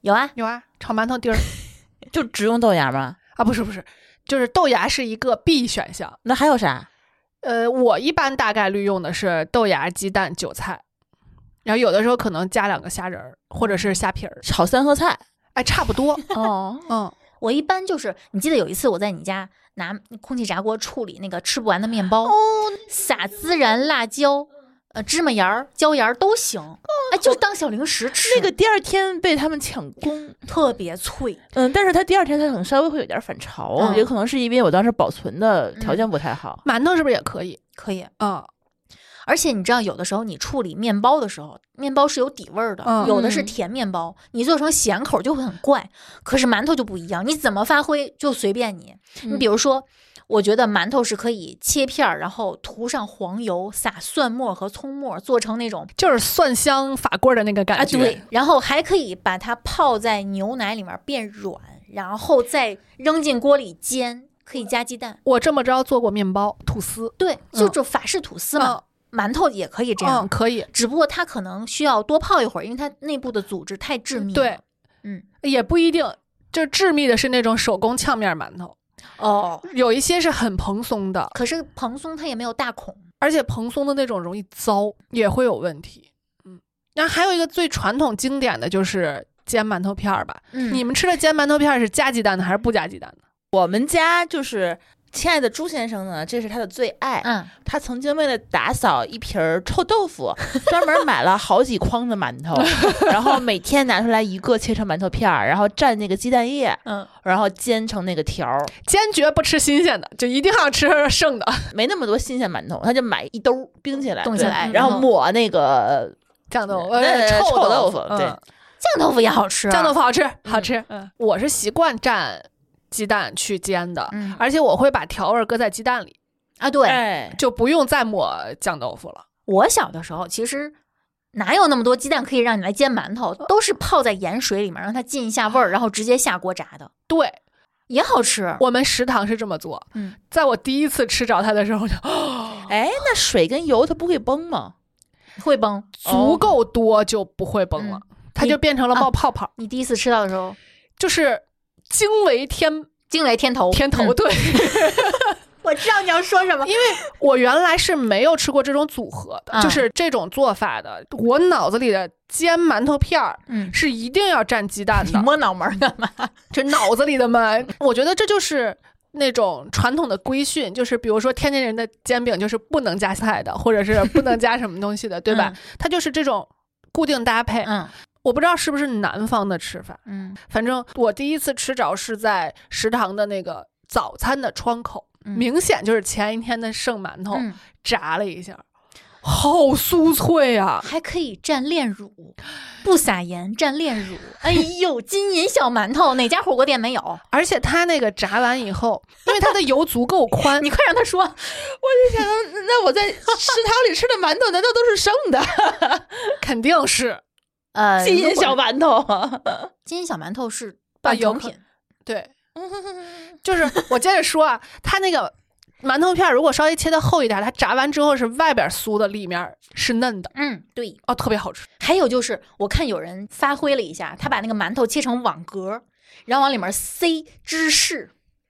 有啊， 炒馒头丁儿就只用豆芽吗？ 啊，不是，就是豆芽是一个必选项。 那还有啥？ 我一般大概率用的是豆芽、鸡蛋、韭菜，然后有的时候可能加2个虾仁儿或者是虾皮儿， 炒3合菜。 哎，差不多。 哦， 我一般就是你记得有一次我在你家拿空气炸锅处理那个吃不完的面包，撒孜然、辣椒。芝麻芽儿、椒芽儿都行，哎，就当小零食吃。 那个第二天被他们抢功， 特别脆。 但是它第二天它可能稍微会有点反潮，也可能是因为我当时保存的条件不太好。 馒头是不是也可以？ 可以， 而且你知道，有的时候你处理面包的时候，面包是有底味儿的，有的是甜面包，你做成咸口就会很怪。可是馒头就不一样，你怎么发挥就随便你。你比如说。我觉得馒头是可以切片，然后涂上黄油，撒蒜末和葱末，做成那种就是蒜香法棍的那个感觉。 对，然后还可以把它泡在牛奶里面变软，然后再扔进锅里煎，可以加鸡蛋。 我这么着做过面包、吐司， 对，就法式吐司嘛。馒头也可以这样， 可以， 只不过它可能需要多泡一会儿，因为它内部的组织太致密了。 对，也不一定，就致密的是那种手工炝面馒头。有一些是很蓬松的， 可是蓬松它也没有大孔， 而且蓬松的那种容易糟，也会有问题。然后还有一个最传统经典的就是煎馒头片吧。你们吃的煎馒头片是加鸡蛋的还是不加鸡蛋的？ 我们家就是亲爱的朱先生呢，这是他的最爱。他曾经为了打扫一瓶臭豆腐，专门买了好几筐的馒头，然后每天拿出来一个切成馒头片，然后蘸那个鸡蛋液，然后煎成那个条。 坚决不吃新鲜的，就一定要吃剩的。 没那么多新鲜馒头，他就买一兜冰起来， 冻起来， 然后抹那个酱豆腐， 臭豆腐。对， 酱豆腐也好吃， 酱豆腐好吃，好吃。我是习惯蘸鸡蛋去煎的，而且我会把调味搁在鸡蛋里啊，对， 就不用再抹酱豆腐了。 我小的时候其实哪有那么多鸡蛋可以让你来煎馒头，都是泡在盐水里面让它进一下味儿，然后直接下锅炸的。 对， 也好吃。 我们食堂是这么做。在我第一次吃着它的时候就， 那水跟油它不会崩吗？ 会崩， 足够多就不会崩了，它就变成了冒泡泡。 你第一次吃到的时候就是惊为天头，对。 我知道你要说什么， 因为我原来是没有吃过这种组合的，就是这种做法的。我脑子里的煎馒头片是一定要蘸鸡蛋的。 你摸脑门干嘛？ 这脑子里的嘛，我觉得这就是那种传统的规训，就是比如说天津人的煎饼就是不能加菜的，或者是不能加什么东西的，对吧？它就是这种固定搭配。我不知道是不是南方的吃法，反正我第一次吃着是在食堂的那个早餐的窗口，明显就是前一天的剩馒头炸了一下，好酥脆啊！ 还可以蘸炼乳，不撒盐蘸炼乳。哎呦，金银小馒头哪家火锅店没有？ 而且它那个炸完以后，因为它的油足够宽， 你快让他说。我就想，那我在食堂里吃的馒头难道都是剩的？ 肯定是。 金银小馒头， 金银小馒头是半成品。 对，就是我接着说啊，它那个馒头片如果稍微切的厚一点，它炸完之后是外边酥的，里面是嫩的。 对， 特别好吃。 还有就是我看有人发挥了一下，他把那个馒头切成网格，然后往里面塞芝士。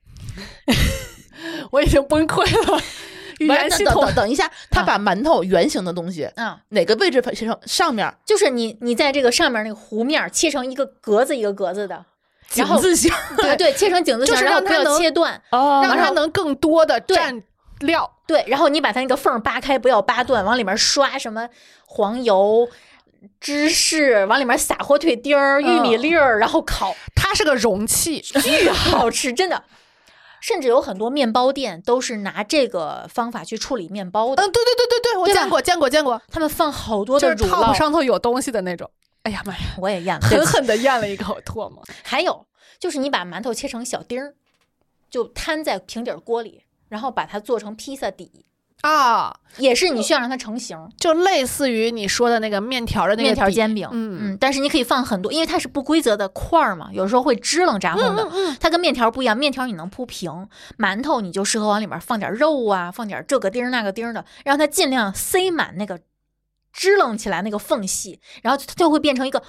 我已经崩溃了。语言系统， 等一下，他把馒头圆形的东西，哪个位置切成上面？ 就是你在这个上面那个弧面切成一个格子一个格子的井字形， 对，切成井字形， 就是让它能切断， 让它能更多的蘸料。 对，然后你把它那个缝扒开，不要扒断，往里面刷什么黄油、芝士，往里面撒火腿丁、玉米粒儿，然后烤。 它是个容器， 巨好吃，真的。甚至有很多面包店都是拿这个方法去处理面包的。 对，我见过。 他们放好多的乳酪， 就是 top 上头有东西的那种。哎呀妈呀， 我也咽了， 狠狠的咽了一口唾沫。 还有就是你把馒头切成小丁儿，就摊在平底锅里，然后把它做成披萨底也是你需要让它成型， 就类似于你说的那个面条的那个面条煎饼。但是你可以放很多，因为它是不规则的块儿嘛，有时候会支棱炸红的。它跟面条不一样，面条你能铺平，馒头你就适合往里面放点肉啊，放点这个丁那个丁的，让它尽量塞满那个支棱起来那个缝隙，然后它就会变成一个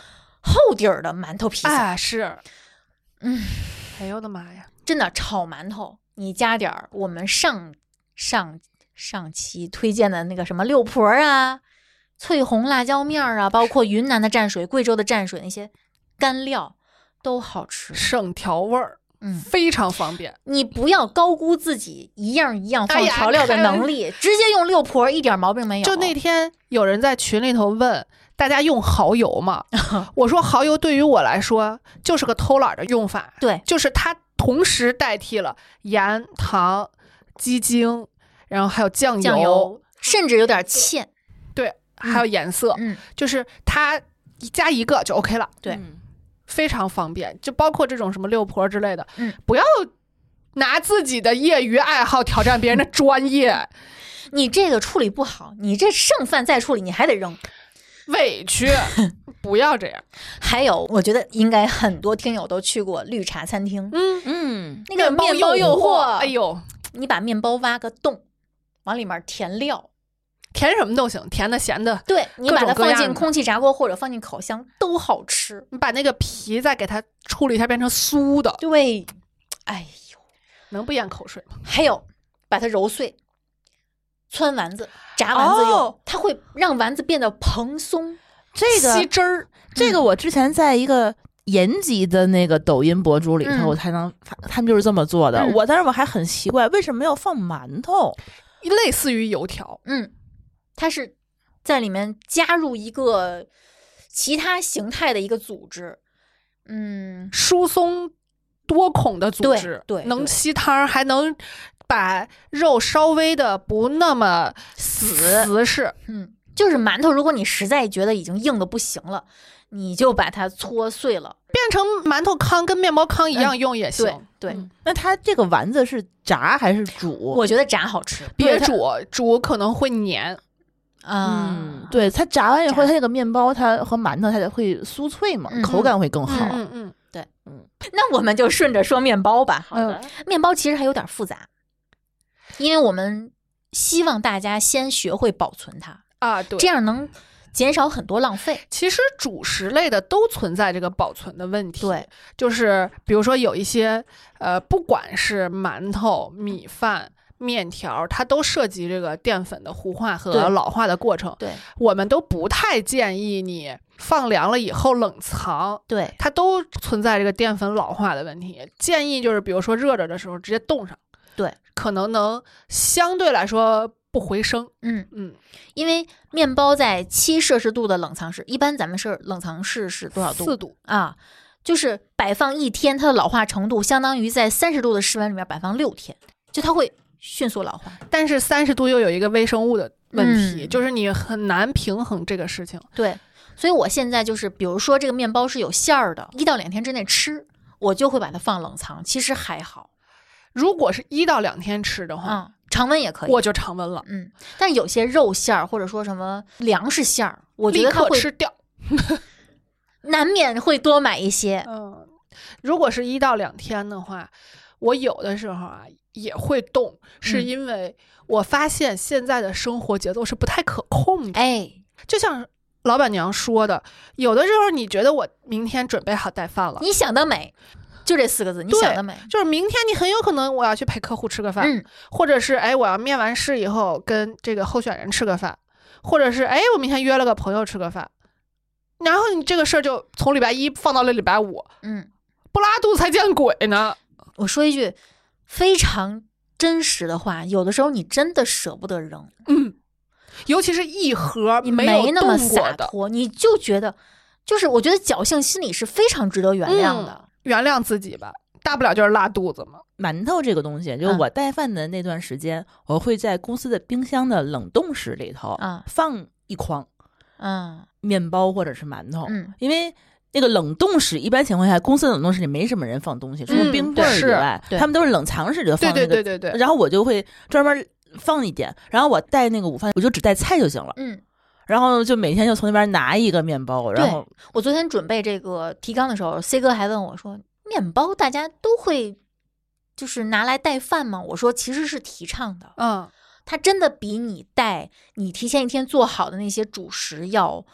厚底儿的馒头披萨。 哎，是，哎呦我的妈呀！ 真的炒馒头，你加点儿我们上期推荐的那个什么六婆啊、翠红辣椒面啊，包括云南的蘸水、贵州的蘸水，那些干料都好吃， 省调味儿。非常方便。 你不要高估自己一样一样放调料的能力，直接用六婆一点毛病没有。 就那天有人在群里头问大家用蚝油吗？我说蚝油对于我来说就是个偷懒的用法， 对， 就是它同时代替了盐、糖、鸡精，然后还有酱油， 甚至有点芡， 对，还有颜色，就是它加一个就 OK 了， 对。 非常方便，就包括这种什么六婆之类的，不要拿自己的业余爱好挑战别人的专业。 你这个处理不好，你这剩饭再处理，你还得扔， 委屈。不要这样。 还有，我觉得应该很多听友都去过绿茶餐厅，那个面包诱惑， 哎呦， 你把面包挖个洞，往里面填料。 填什么都行，甜的咸的， 对，你把它放进空气炸锅或者放进烤箱都好吃。 你把那个皮再给它处理一下变成酥的， 对，哎呦， 能不咽口水吗？ 还有把它揉碎，汆丸子、炸丸子用，它会让丸子变得蓬松， 这个吸汁儿。 这个我之前在一个延吉的那个抖音博主里头，我才能他们就是这么做的。当时我还很奇怪，为什么要放馒头？ 类似于油条， 它是在里面加入一个其他形态的一个组织， 疏松多孔的组织， 对， 能吸汤，还能把肉稍微的不那么死实。 就是馒头，如果你实在觉得已经硬的不行了，你就把它搓碎了， 变成馒头糠，跟面包糠一样用也行。 对， 那它这个丸子是炸还是煮？ 我觉得炸好吃， 别煮可能会黏。 对，它炸完以后，它这个面包它和馒头它会酥脆嘛，口感会更好。 对，那我们就顺着说面包吧。好的，面包其实还有点复杂，因为我们希望大家先学会保存它啊，对， 这样能减少很多浪费。 其实主食类的都存在这个保存的问题， 对， 就是比如说有一些不管是馒头、米饭、面条，它都涉及这个淀粉的糊化和老化的过程。 对， 我们都不太建议你放凉了以后冷藏。 对， 它都存在这个淀粉老化的问题。建议就是比如说热着的时候直接冻上， 对， 可能相对来说不回升。 因为面包在7摄氏度的冷藏室，一般咱们是冷藏室是多少度 ？4度啊，就是摆放1天，它的老化程度相当于在30度的室温里面摆放6天，就它会迅速老化。 但是30度又有一个微生物的问题，就是你很难平衡这个事情。 对，所以我现在就是比如说这个面包是有馅儿的，1到2天之内吃，我就会把它放冷藏，其实还好。 如果是1到2天吃的话， 常温也可以， 我就常温了。 但有些肉馅儿或者说什么粮食馅儿，我觉得它会吃掉， 难免会多买一些。 如果是1到2天的话，我有的时候也会冻，是因为我发现现在的生活节奏是不太可控的。就像老板娘说的，有的时候你觉得我明天准备好带饭了， 你想得美。就这4个字，你想得美。 就是明天你很有可能我要去陪客户吃个饭，或者是我要面完试以后跟这个候选人吃个饭，或者是我明天约了个朋友吃个饭，然后你这个事儿就从礼拜1放到了礼拜5，不拉肚子才见鬼呢。 我说一句非常真实的话，有的时候你真的舍不得扔， 尤其是一盒你没那么洒脱，你就觉得，就是我觉得侥幸心理是非常值得原谅的。 原谅自己吧，大不了就是拉肚子嘛。 馒头这个东西，就是我带饭的那段时间，我会在公司的冰箱的冷冻室里头放一筐，面包或者是馒头，因为那个冷冻室一般情况下，公司冷冻室里没什么人放东西，除了冰棍以外，他们都是冷藏室里头放那个。 对。 然后我就会专门放一点，然后我带那个午饭，我就只带菜就行了。然后就每天就从那边拿一个面包。然后我昨天准备这个提纲的时候 ，C 哥还问我说：“面包大家都会就是拿来带饭吗？”我说其实是提倡的。它真的比你提前1天做好的那些主食要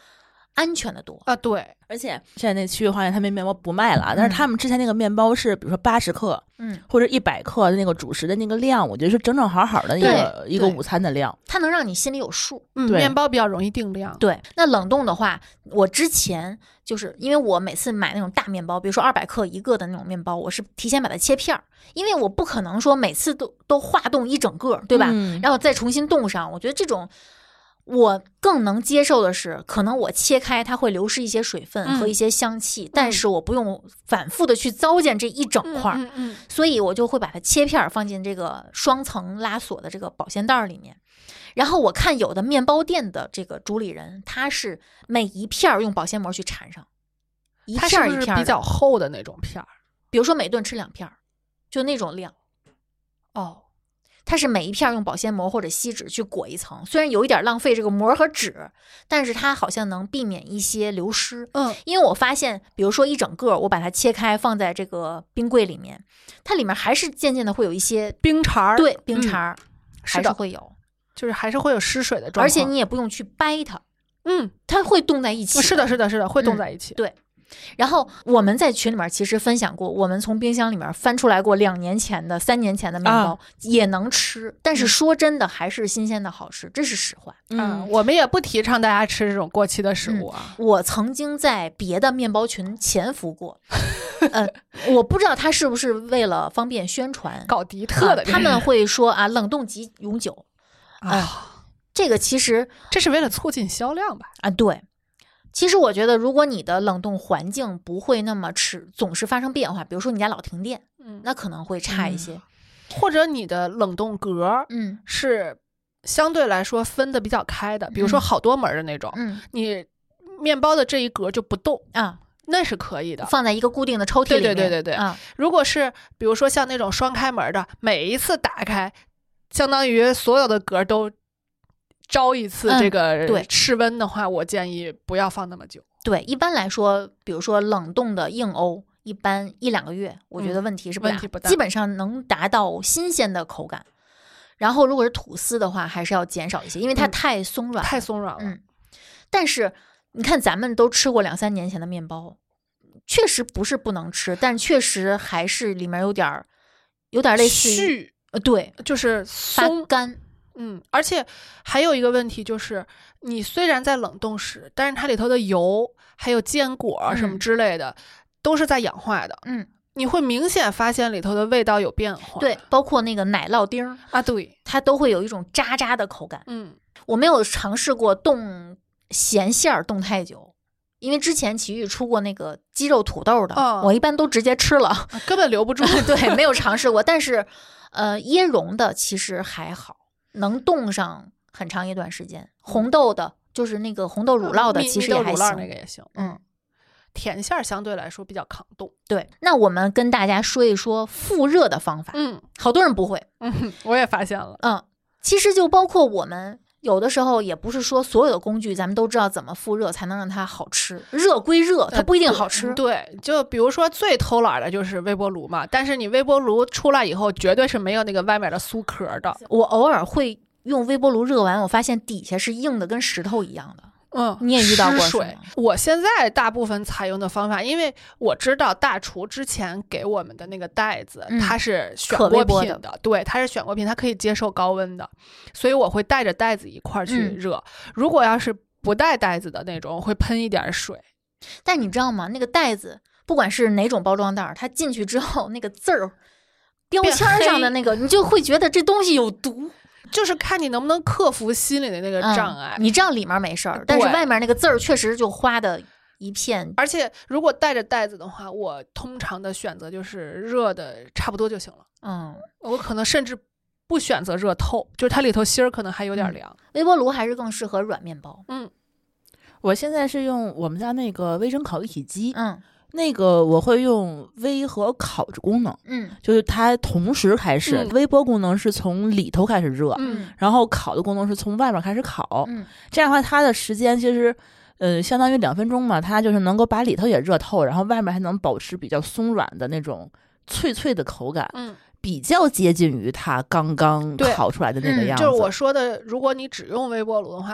安全的多啊。对， 而且现在那区域花园他们面包不卖了，但是他们之前那个面包是比如说80克，或者100克的那个主食的那个量，我觉得是整整好好的一个午餐的量， 它能让你心里有数。 面包比较容易定量。 对，那冷冻的话，我之前就是因为我每次买那种大面包，比如说200克一个的那种面包，我是提前把它切片儿，因为我不可能说每次都化冻一整个，对吧？然后再重新冻上，我觉得这种。我更能接受的是，可能我切开它会流失一些水分和一些香气，但是我不用反复的去糟践这一整块，所以我就会把它切片放进这个双层拉锁的这个保鲜袋里面。然后我看有的面包店的这个主理人，他是每一片用保鲜膜去缠上，一片一片的， 它是不是比较厚的那种片儿？ 比如说每顿吃2片，就那种量。 哦。 它是每一片用保鲜膜或者锡纸去裹一层，虽然有一点浪费这个膜和纸，但是它好像能避免一些流失。因为我发现，比如说一整个，我把它切开放在这个冰柜里面，它里面还是渐渐的会有一些冰碴。 对，冰碴还是会有， 就是还是会有失水的状况。 而且你也不用去掰它，它会冻在一起。 是的，会冻在一起。 对。然后我们在群里面其实分享过，我们从冰箱里面翻出来过2年前的、3年前的面包，也能吃。但是说真的，还是新鲜的好吃，这是实话。 我们也不提倡大家吃这种过期的食物啊。 我曾经在别的面包群潜伏过，我不知道他是不是为了方便宣传搞独特的， 他们会说啊，冷冻即永久这个其实这是为了促进销量吧？ 对。其实我觉得，如果你的冷冻环境不会那么总是发生变化，比如说你家老停电，那可能会差一些， 或者你的冷冻格，是相对来说分的比较开的，比如说好多门的那种，你面包的这一格就不动啊， 那是可以的， 放在一个固定的抽屉里面。 对如果是比如说像那种双开门的，每一次打开，相当于所有的格都招一次这个室温的话，我建议不要放那么久。 对，一般来说，比如说冷冻的硬欧，一般1-2个月，我觉得问题是不大，基本上能达到新鲜的口感。然后如果是吐司的话，还是要减少一些，因为它太松软， 太松软了。 但是你看，咱们都吃过2-3年前的面包，确实不是不能吃，但确实还是里面有点类似于对， 就是发干。 而且还有一个问题就是，你虽然在冷冻室，但是它里头的油还有坚果什么之类的，都是在氧化的。你会明显发现里头的味道有变化。 对，包括那个奶酪丁啊，对， 它都会有一种渣渣的口感。我没有尝试过冻咸馅冻太久，因为之前奇遇出过那个鸡肉土豆的，我一般都直接吃了， 根本留不住。 对，没有尝试过，但是椰蓉的其实还好。能冻上很长一段时间，红豆的就是那个红豆乳酪的，其实也还行， 那个也行。甜馅相对来说比较抗冻。 对，那我们跟大家说一说复热的方法。好多人不会。 我也发现了。 其实就包括我们有的时候也不是说所有的工具咱们都知道怎么复热才能让它好吃。热归热，它不一定好吃。 对，就比如说最偷懒的就是微波炉嘛，但是你微波炉出来以后，绝对是没有那个外面的酥壳的。 我偶尔会用微波炉热完，我发现底下是硬的，跟石头一样的。你也遇到过水？我现在大部分采用的方法，因为我知道大厨之前给我们的那个袋子，它是选过品的，对，它是选过品，它可以接受高温的，所以我会带着袋子一块去热。如果要是不带袋子的那种，会喷一点水。 但你知道吗？那个袋子不管是哪种包装袋，它进去之后那个字儿标签上的那个，你就会觉得这东西有毒。 就是看你能不能克服心里的那个障碍。 你这样里面没事儿，但是外面那个字儿确实就花的一片。 而且如果带着袋子的话，我通常的选择就是热的差不多就行了。我可能甚至不选择热透，就是它里头芯儿可能还有点凉。 微波炉还是更适合软面包。 我现在是用我们家那个微蒸烤一体机。那个我会用微和烤着功能，就是它同时开始，微波功能是从里头开始热，然后烤的功能是从外面开始烤，这样的话它的时间其实，相当于2分钟嘛，它就是能够把里头也热透，然后外面还能保持比较松软的那种脆脆的口感，比较接近于它刚刚烤出来的那个样子。 就是我说的，如果你只用微波炉的话，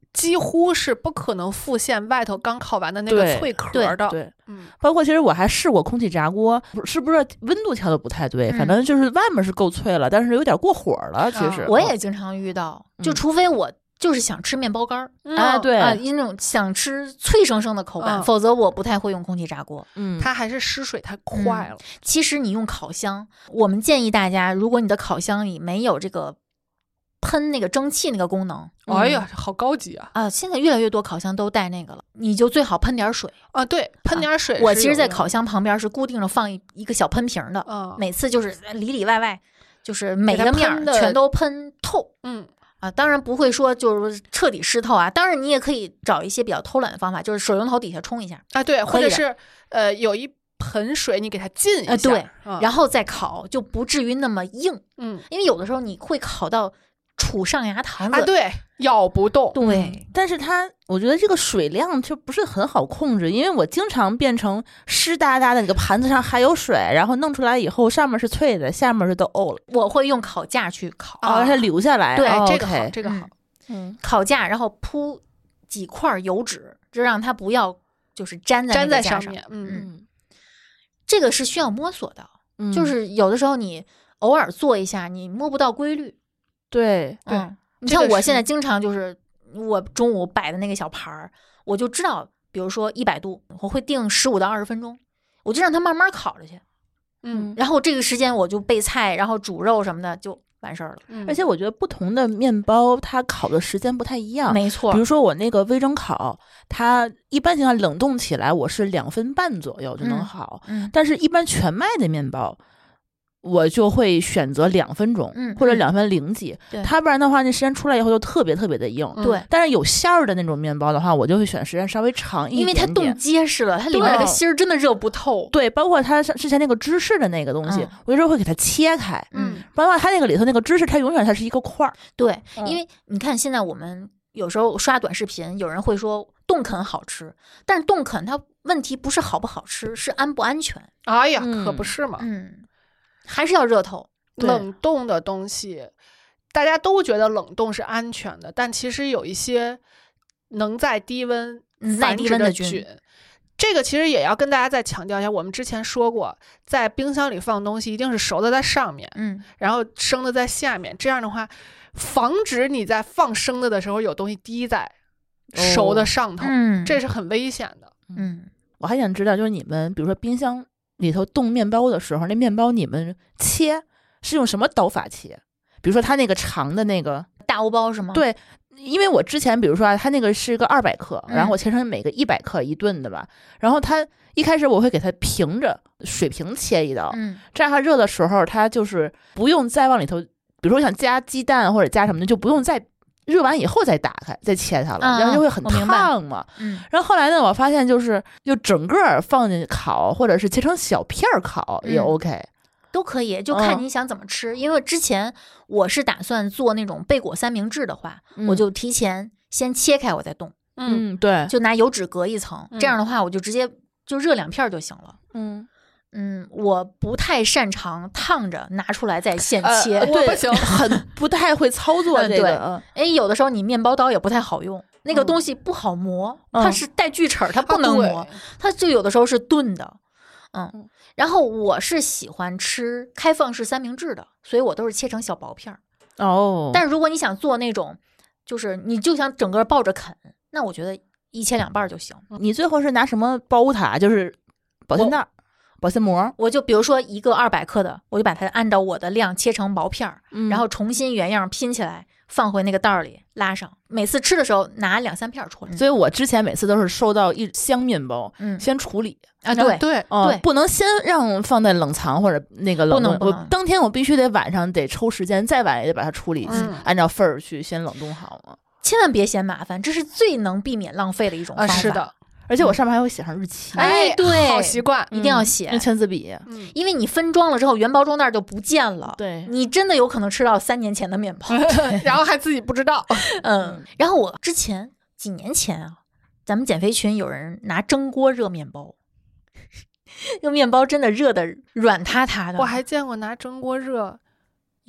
几乎是不可能复现外头刚烤完的那个脆壳的。 对，包括其实我还试过空气炸锅，是不是温度调的不太对？反正就是外面是够脆了，但是有点过火了。其实我也经常遇到，就除非我就是想吃面包干儿对那种想吃脆生生的口感，否则我不太会用空气炸锅。 它还是湿水太快了。 其实你用烤箱，我们建议大家，如果你的烤箱里没有这个喷那个蒸汽那个功能， 哎呀，好高级啊！ 现在越来越多烤箱都带那个了，你就最好喷点水啊。对，喷点水。 我其实，在烤箱旁边是固定着放一个小喷瓶的，每次就是里里外外，就是每个面全都喷透。当然不会说就是彻底湿透啊。当然你也可以找一些比较偷懒的方法，就是水龙头底下冲一下啊，对，或者是有一盆水你给它浸一下， 对，然后再烤，就不至于那么硬。因为有的时候你会烤到杵上牙膛子啊，对，咬不动。 对， 但是我觉得这个水量就不是很好控制，因为我经常变成湿哒哒的，那个盘子上还有水，然后弄出来以后上面是脆的，下面是都沤了。 我会用烤架去烤， 让它留下来。 对， 这个好，这个好。 烤架，然后铺几块油纸，就让它不要就是粘在那个架上面。 这个是需要摸索的，就是有的时候你偶尔做一下，你摸不到规律。 对， 你像我现在经常就是我中午摆的那个小盘儿，我就知道，比如说100度，我会定15到20分钟，我就让它慢慢烤着去。然后这个时间我就备菜，然后煮肉什么的就完事儿了。 而且我觉得不同的面包它烤的时间不太一样。 没错， 比如说我那个微蒸烤，它一般情况冷冻起来我是2分半左右就能好，但是一般全麦的面包我就会选择2分钟，或者2分0几，它不然的话，那时间出来以后就特别特别的硬。 对， 但是有馅儿的那种面包的话，我就会选时间稍微长一点点， 因为它冻结实了，它里面那个芯儿真的热不透。 对，包括它之前那个芝士的那个东西，我有时候会给它切开，不然的话，它那个里头那个芝士，它永远它是一个块儿。 对，因为你看现在我们有时候刷短视频，有人会说冻肯好吃，但是冻肯它问题不是好不好吃，是安不安全。 哎呀，可不是嘛。 还是要热透。 冷冻的东西大家都觉得冷冻是安全的，但其实有一些能在低温繁殖的菌，这个其实也要跟大家再强调一下。我们之前说过，在冰箱里放东西一定是熟的在上面，然后生的在下面，这样的话防止你在放生的时候有东西滴在熟的上头，这是很危险的。 我还想知道，就是你们比如说冰箱里头冻面包的时候，那面包你们切是用什么刀法切？比如说它那个长的那个大欧包是吗？ 对，因为我之前比如说它那个是个200克，然后我切成每个100克一顿的吧，然后它一开始我会给它平着水平切一刀，这样它热的时候它就是不用再往里头，比如说想加鸡蛋或者加什么的，就不用再热完以后再打开再切它了，然后就会很烫嘛。然后后来呢，我发现就整个放进去烤，或者是切成小片烤也 OK， 都可以，就看你想怎么吃。因为之前我是打算做那种贝果三明治的话，我就提前先切开我再冻。 对， 就拿油纸隔一层，这样的话我就直接就热2片就行了。我不太擅长烫着拿出来再现切， 对，不行，很不太会操作这个。 有的时候你面包刀也不太好用，那个东西不好磨，它是带锯齿，它不能磨，它就有的时候是钝的。然后我是喜欢吃开放式三明治的，所以我都是切成小薄片但是如果你想做那种，就是你就想整个抱着啃，那我觉得一切2半就行。 你最后是拿什么包它？就是保鲜袋、保鲜膜？ 我就比如说一个200克的，我就把它按照我的量切成薄片然后重新原样拼起来，放回那个袋里拉上。每次吃的时候拿2-3片出来。 所以我之前每次都是收到一箱面包，先处理对， 不能先让放在冷藏或者那个冷冻，我当天我必须得晚上得抽时间，再晚也得把它处理，按照份儿去先冷冻好嘛。 千万别嫌麻烦，这是最能避免浪费的一种方法。 是的。 而且我上面还会写上日期。 对， 好习惯， 一定要写， 用签字笔。 因为你分装了之后，原包装袋就不见了。 对， 你真的有可能吃到3年前的面包， 然后还自己不知道。 然后我之前几年前啊，咱们减肥群有人拿蒸锅热面包，那个面包真的热的软塌塌的。 我还见过拿蒸锅热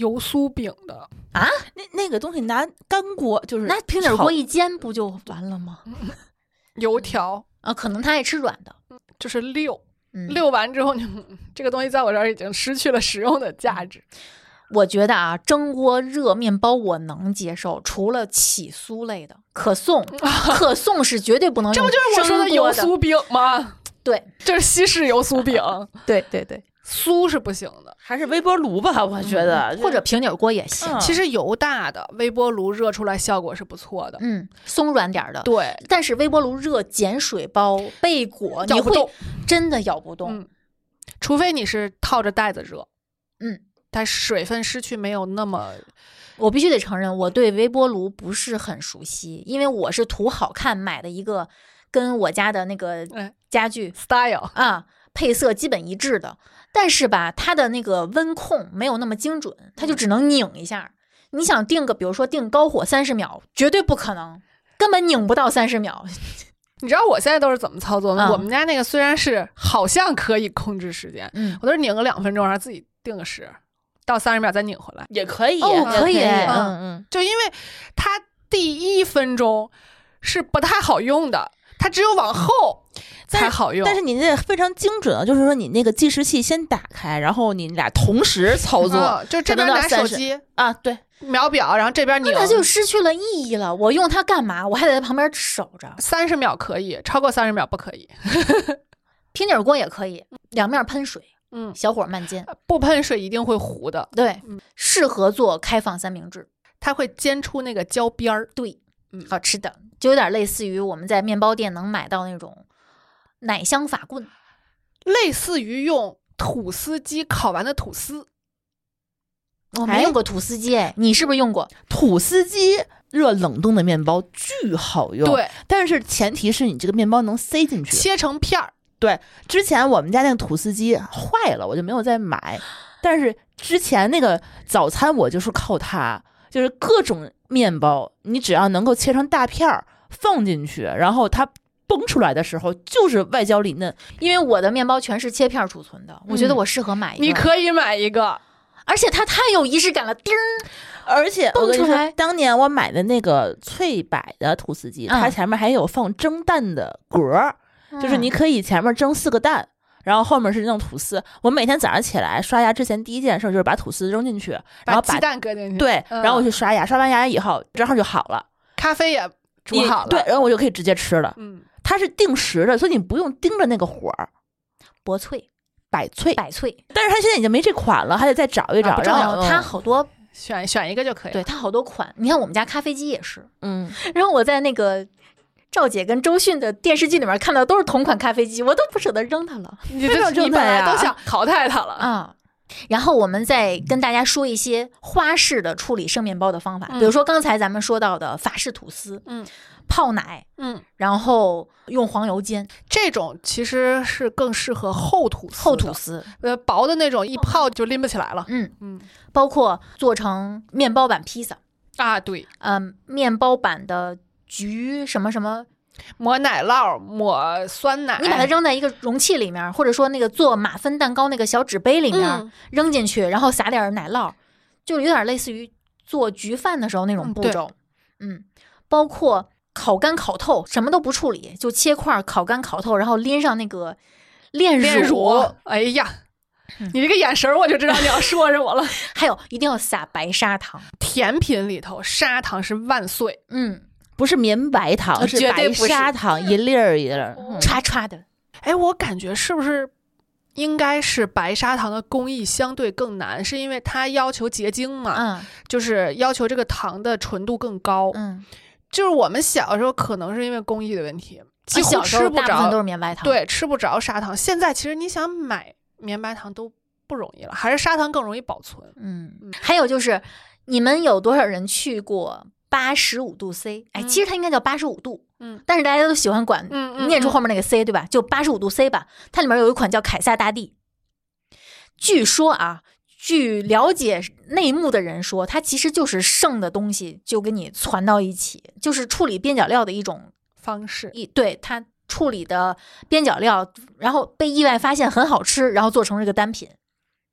油酥饼的啊？ 那个东西拿干锅就是那平底锅一煎不就完了吗？ 油条啊，可能他爱吃软的， 就是溜完之后，这个东西在我这儿已经失去了食用的价值。 我觉得啊，蒸锅热面包我能接受，除了起酥类的，可颂是绝对不能用。 这不就是我说的油酥饼吗？ 对， 就是西式油酥饼。 对对对， 酥是不行的， 还是微波炉吧，我觉得， 或者平底锅也行。 其实油大的微波炉热出来效果是不错的， 松软点的。 对， 但是微波炉热碱水包贝果，你会真的咬不动， 除非你是套着袋子热，但水分失去没有那么。 我必须得承认，我对微波炉不是很熟悉，因为我是图好看买的一个跟我家的那个家具 style 啊配色基本一致的，但是吧，它的那个温控没有那么精准，它就只能拧一下。你想定个，比如说定高火30秒，绝对不可能，根本拧不到30秒。 你知道我现在都是怎么操作吗？我们家那个虽然是好像可以控制时间，我都是拧个2分钟，然后自己定个10。到30秒再拧回来也可以， 可以， 就因为它第1分钟是不太好用的，它只有往后才好用。 但是你那非常精准啊，就是说你那个计时器先打开，然后你俩同时操作， 就这边拿手机啊，对， 秒表，然后这边拧， 那就失去了意义了。我用它干嘛？我还得在旁边守着。 30秒可以，超过30秒不可以。 平底锅也可以，两面喷水。小火慢煎， 不喷水一定会糊的。 对，适合做开放三明治， 它会煎出那个焦边儿。 对，好吃的，就有点类似于我们在面包店能买到那种奶香法棍， 类似于用吐司机烤完的吐司。 我没用过吐司机，你是不是用过？ 吐司机热冷冻的面包巨好用， 对， 但是前提是你这个面包能塞进去， 切成片儿。 对，之前我们家那个吐司机坏了，我就没有再买。但是之前那个早餐我就是靠它，就是各种面包，你只要能够切成大片儿放进去，然后它崩出来的时候就是外焦里嫩。 因为我的面包全是切片储存的，我觉得我适合买一个。 你可以买一个， 而且它太有仪式感了，叮儿。 而且蹦出来， 当年我买的那个脆百的吐司机，它前面还有放蒸蛋的格儿。就是你可以前面蒸4个蛋，然后后面是弄吐司。我每天早上起来刷牙之前第一件事就是把吐司扔进去，然后把鸡蛋搁进去。 对，然后我去刷牙，刷完牙以后正好就好了。 咖啡也煮好了， 对，然后我就可以直接吃了。它是定时的，所以你不用盯着那个火。 薄脆、 百脆， 但是它现在已经没这款了，还得再找一找。 然后它好多选一个就可以了。 对，它好多款。你看我们家咖啡机也是，然后我在那个赵姐跟周迅的电视剧里面看到都是同款咖啡机，我都不舍得扔它了。 你本来都想淘汰它了啊。然后我们再跟大家说一些花式的处理生面包的方法，比如说刚才咱们说到的法式吐司，泡奶，然后用黄油煎， 这种其实是更适合厚吐司，薄的那种一泡就拎不起来了。 包括做成面包版披萨啊，对， 面包版的焗什么什么， 抹奶酪，抹酸奶， 你把它扔在一个容器里面，或者说那个做马芬蛋糕那个小纸杯里面，扔进去，然后撒点奶酪，就有点类似于做焗饭的时候那种步骤。包括烤干烤透，什么都不处理，就切块烤干烤透，然后淋上那个炼乳。 哎呀，你这个眼神我就知道你要说什么了。 还有一定要撒白砂糖， 甜品里头砂糖是万岁。 不是绵白糖，是白砂糖，一粒儿一粒儿， 歘歘的。 哎，我感觉是不是应该是白砂糖的工艺相对更难，是因为它要求结晶嘛？就是要求这个糖的纯度更高。就是我们小时候可能是因为工艺的问题，几乎吃不着， 大部分都是绵白糖。 对，吃不着砂糖。现在其实你想买绵白糖都不容易了，还是砂糖更容易保存。 还有就是你们有多少人去过85度 C？ 哎，其实它应该叫85度，但是大家都喜欢管念出后面那个 C， 对吧？就85度 C 吧。它里面有一款叫凯撒大帝，据说啊，据了解内幕的人说，它其实就是剩的东西就给你攒到一起，就是处理边角料的一种方式。 对，它处理的边角料，然后被意外发现很好吃，然后做成这个单品。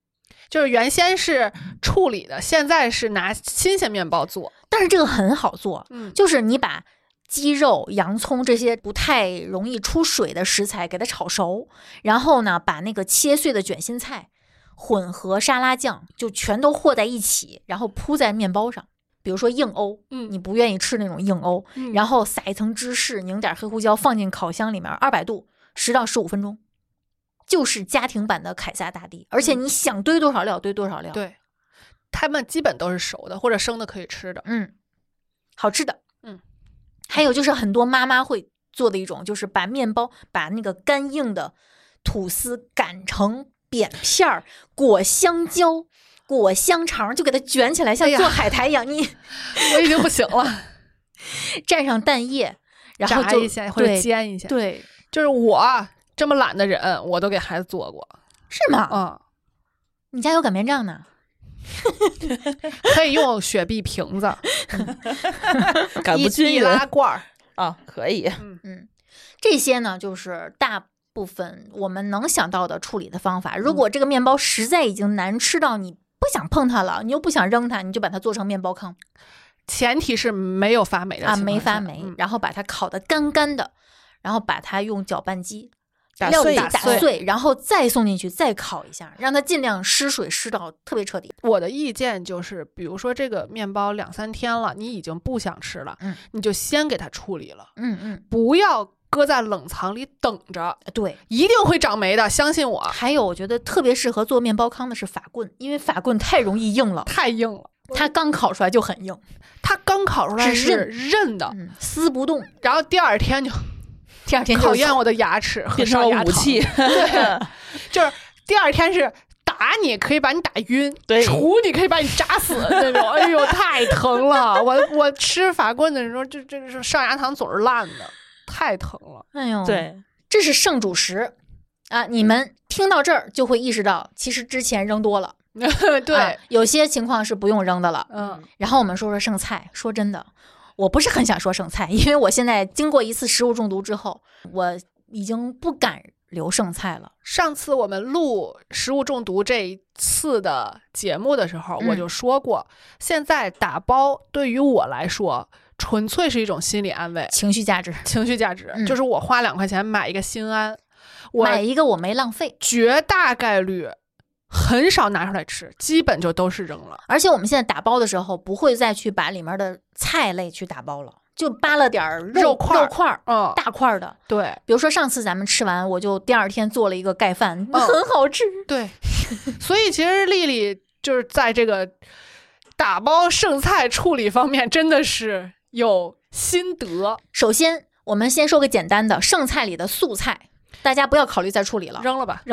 就是原先是处理的，现在是拿新鲜面包做。 但是这个很好做，就是你把鸡肉、洋葱这些不太容易出水的食材给它炒熟，然后呢，把那个切碎的卷心菜混合沙拉酱就全都和在一起，然后铺在面包上。比如说硬欧，你不愿意吃那种硬欧，然后撒一层芝士，拧点黑胡椒，放进烤箱里面，200度10到15分钟，就是家庭版的凯撒大帝。而且你想堆多少料堆多少料。 对，他们基本都是熟的或者生的可以吃的。 好吃的。还有就是很多妈妈会做的一种，就是把面包把那个干硬的吐司擀成扁片儿，裹香蕉。裹香肠就给它卷起来，像做海苔一样。 我已经不行了。 蘸上蛋液，然后炸一下或者煎一下。 对， 就是我这么懒的人，我都给孩子做过。 是吗？你家有擀面杖呢？ 可以用雪碧瓶子， 擀不均匀， 易拉罐可以。 这些呢，就是大部分我们能想到的处理的方法。如果这个面包实在已经难吃到你不想碰它了，你又不想扔它，你就把它做成面包糠。 前提是没有发霉的没发霉，然后把它烤得干干的，然后把它用搅拌机打碎，然后再送进去，再烤一下，让它尽量湿水湿到特别彻底。 我的意见就是，比如说这个面包2-3天了，你已经不想吃了，你就先给它处理了，不要搁在冷藏里等着， 对， 一定会长霉的，相信我。 还有，我觉得特别适合做面包糠的是法棍，因为法棍太容易硬了， 太硬了， 它刚烤出来就很硬， 它刚烤出来是韧的， 撕不动， 然后第二天就考验我的牙齿， 变成了武器。 对，就是第二天是打你可以把你打晕，杵你可以把你扎死那种。哎呦，太疼了！我吃法棍的时候，就是上牙膛总是烂的。太疼了， 哎呦， 对， 这是剩主食啊！你们听到这儿就会意识到，其实之前扔多了， 对， 有些情况是不用扔的了。然后我们说说剩菜。说真的，我不是很想说剩菜，因为我现在经过一次食物中毒之后，我已经不敢留剩菜了。 上次我们录食物中毒这一次的节目的时候，我就说过，现在打包对于我来说。纯粹是一种心理安慰， 情绪价值， 就是我花2块钱买一个心安， 买一个我没浪费， 绝大概率很少拿出来吃，基本就都是扔了。 而且我们现在打包的时候，不会再去把里面的菜类去打包了，就扒了点肉块，大块的。 对， 比如说上次咱们吃完，我就第二天做了一个盖饭，很好吃。 对，所以其实丽丽就是在这个打包剩菜处理方面，真的是。有心得。 首先我们先说个简单的，剩菜里的素菜大家不要考虑再处理了， 扔了吧。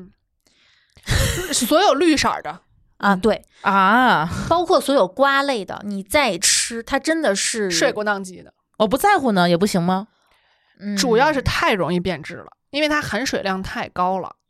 所有绿色的对包括所有瓜类的，你再吃它真的是水过囊积的。 我不在乎呢也不行吗？ 主要是太容易变质了，因为它含水量太高了。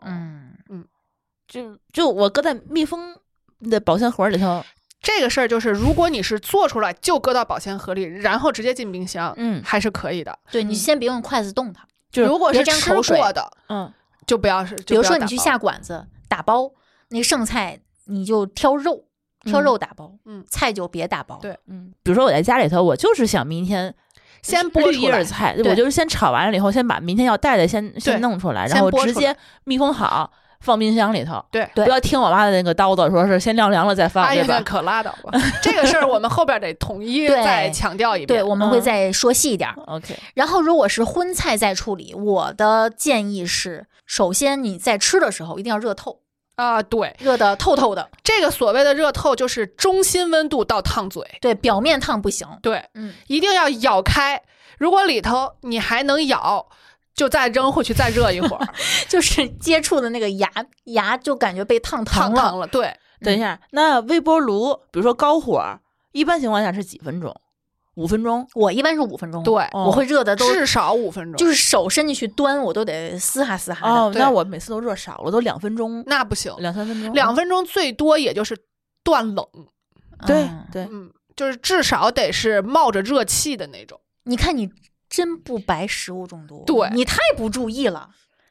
就我搁在密封的保鲜盒里头。 这个事儿就是，如果你是做出来就搁到保鲜盒里，然后直接进冰箱，还是可以的。 对，你先别用筷子动它。 如果是吃过的，就不要是。 比如说你去下馆子打包那个剩菜，你就挑肉打包，菜就别打包。 对， 比如说我在家里头，我就是想明天先剥出来菜，我就是先炒完了以后，先把明天要带的先弄出来，然后直接密封好。放冰箱里头， 对， 不要听我妈的那个叨叨，说是先晾凉了再放，对吧？ 可拉倒吧。这个事儿我们后边得统一再强调一遍， 对，我们会再说细一点。 OK。 然后如果是荤菜再处理，我的建议是，首先你在吃的时候一定要热透对， 热的透透的。 这个所谓的热透就是中心温度到烫嘴， 对，表面烫不行。 对，一定要咬开，如果里头你还能咬。就再扔回去，再热一会儿， 就是接触的那个牙就感觉被烫疼了。对， 等一下，那微波炉，比如说高火，一般情况下是几分钟？5分钟？ 我一般是5分钟。 对， 我会热的都至少5分钟， 就是手伸进去端，我都得嘶哈嘶哈的。那我每次都热少了，都2分钟。 那不行 ，2-3分钟 ，2分钟最多也就是断冷。 对， 就是至少得是冒着热气的那种。 你看你。真不白食物中毒， 对， 你太不注意了。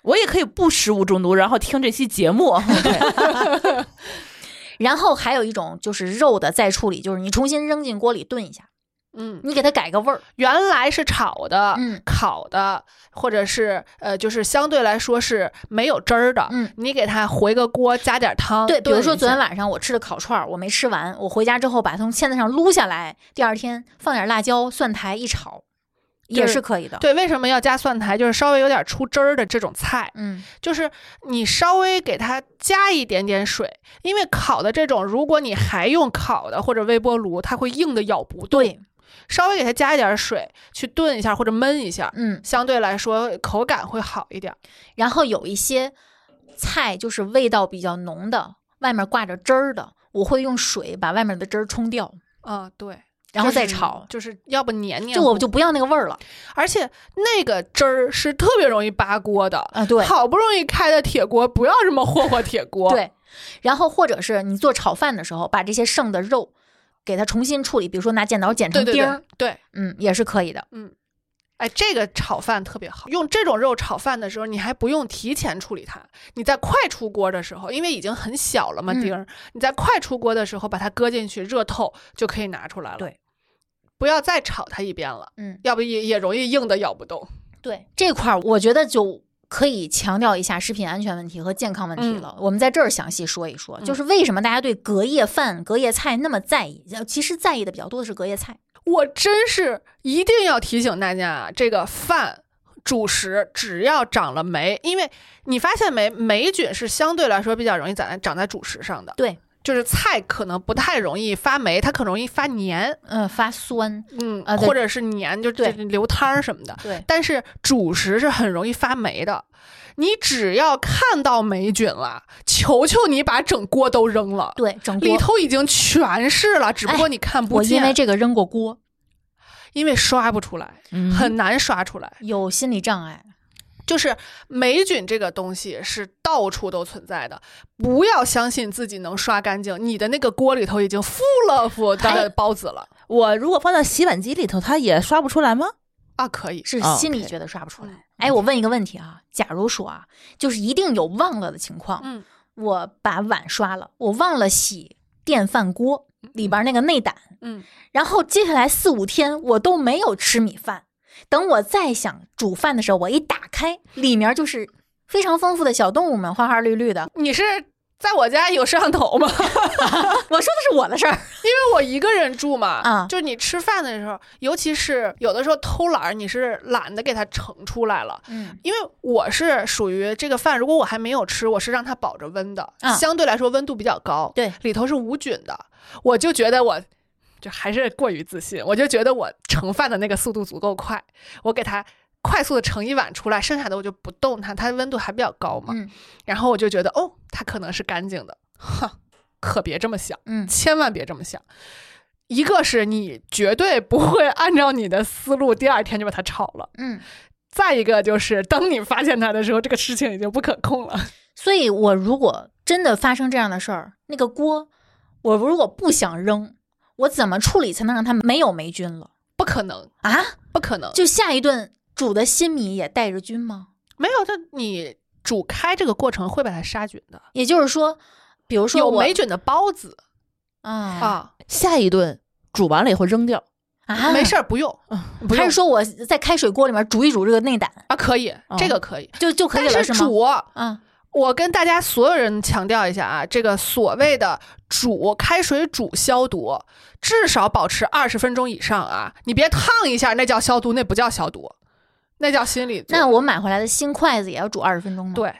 我也可以不食物中毒，然后听这期节目。对然后还有一种就是肉的再处理，就是你重新扔进锅里炖一下。你给它改个味儿， 原来是炒的、烤的，或者是就是相对来说是没有汁儿的，你给它回个锅，加点汤。 对，比如说昨天晚上我吃的烤串，我没吃完，我回家之后把它从签子上撸下来，第二天放点辣椒、蒜苔一炒，也是可以的。 对，为什么要加蒜苔？就是稍微有点出汁儿的这种菜，就是你稍微给它加一点点水，因为烤的这种，如果你还用烤的或者微波炉，它会硬的咬不动。 对。 稍微给它加一点水去炖一下或者焖一下，相对来说口感会好一点。 然后有一些菜就是味道比较浓的，外面挂着汁儿的，我会用水把外面的汁儿冲掉。 对， 然后再炒， 就是要不黏黏， 就我就不要那个味儿了。 而且那个汁儿是特别容易扒锅的对， 好不容易开的铁锅，不要这么霍铁锅。 对，然后或者是你做炒饭的时候，把这些剩的肉给它重新处理，比如说拿剪刀剪成丁儿， 对， 也是可以的。 这个炒饭特别好，用这种肉炒饭的时候，你还不用提前处理它，你在快出锅的时候，因为已经很小了嘛丁儿，你在快出锅的时候把它搁进去，热透就可以拿出来了。 对， 不要再炒它一遍了，要不也容易硬的咬不动。 对，这块我觉得就可以强调一下食品安全问题和健康问题了。我们在这儿详细说一说，就是为什么大家对隔夜饭、隔夜菜那么在意？其实在意的比较多的是隔夜菜。 我真是一定要提醒大家啊，这个饭主食只要长了霉，因为你发现没，霉菌是相对来说比较容易长在主食上的。 对， 就是菜可能不太容易发霉，它可能容易发黏， 发酸， 或者是黏，就流汤什么的。 对， 但是主食是很容易发霉的。你只要看到霉菌了，求求你把整锅都扔了。 对，整锅里头已经全是了，只不过你看不见。 我因为这个扔过锅， 因为刷不出来，很难刷出来， 有心理障碍。 就是霉菌这个东西是到处都存在的，不要相信自己能刷干净，你的那个锅里头已经full of的孢子了。 我如果放到洗碗机里头，它也刷不出来吗？ 可以， 是心里觉得刷不出来。我问一个问题啊，假如说就是一定有忘了的情况，我把碗刷了，我忘了洗电饭锅里边那个内胆，然后接下来4、5天我都没有吃米饭，等我再想煮饭的时候，我一打开，里面就是非常丰富的小动物们，花花绿绿的。 你是在我家有摄像头吗？ 我说的是我的事儿， 因为我一个人住嘛，就是你吃饭的时候，尤其是有的时候偷懒，你是懒得给它盛出来了。因为我是属于这个饭，如果我还没有吃，我是让它保着温的，相对来说温度比较高， 对， 里头是无菌的，我就觉得我就还是过于自信，我就觉得我盛饭的那个速度足够快，我给它快速的盛一碗出来，剩下的我就不动它，它温度还比较高嘛，然后我就觉得它可能是干净的，可别这么想，千万别这么想。一个是你绝对不会按照你的思路第二天就把它炒了，再一个就是当你发现它的时候，这个事情已经不可控了。 所以我如果真的发生这样的事儿，那个锅我如果不想扔，我怎么处理才能让它没有霉菌了？ 不可能啊， 不可能。 就下一顿煮的新米也带着菌吗？ 没有，你煮开这个过程会把它杀菌的。 也就是说，比如说有霉菌的孢子下一顿煮完了以后扔掉没事儿，不用。 还是说我在开水锅里面煮一煮这个内胆可以，这个可以， 就可以了， 但是煮我跟大家所有人强调一下这个所谓的开水煮消毒，至少保持20分钟以上你别烫一下，那叫消毒，那不叫消毒，那叫心理。 那我买回来的新筷子也要煮20分钟吗？ 对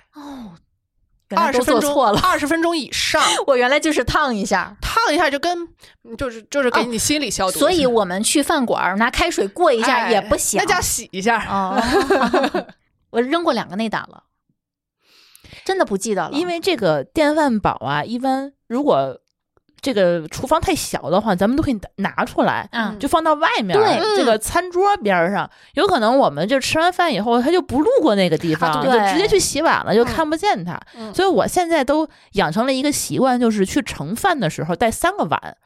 20分钟错了，20分钟以上。 我原来就是烫一下就跟就是给你心理消毒。 所以我们去饭馆拿开水过一下也不行， 那叫洗一下。 我扔过2个内胆了。真的不记得了， 因为这个电饭煲一般如果这个厨房太小的话，咱们都可以拿出来，就放到外面，这个餐桌边上，有可能我们就吃完饭以后，他就不路过那个地方，就直接去洗碗了，就看不见它。所以我现在都养成了一个习惯，就是去盛饭的时候带3个碗。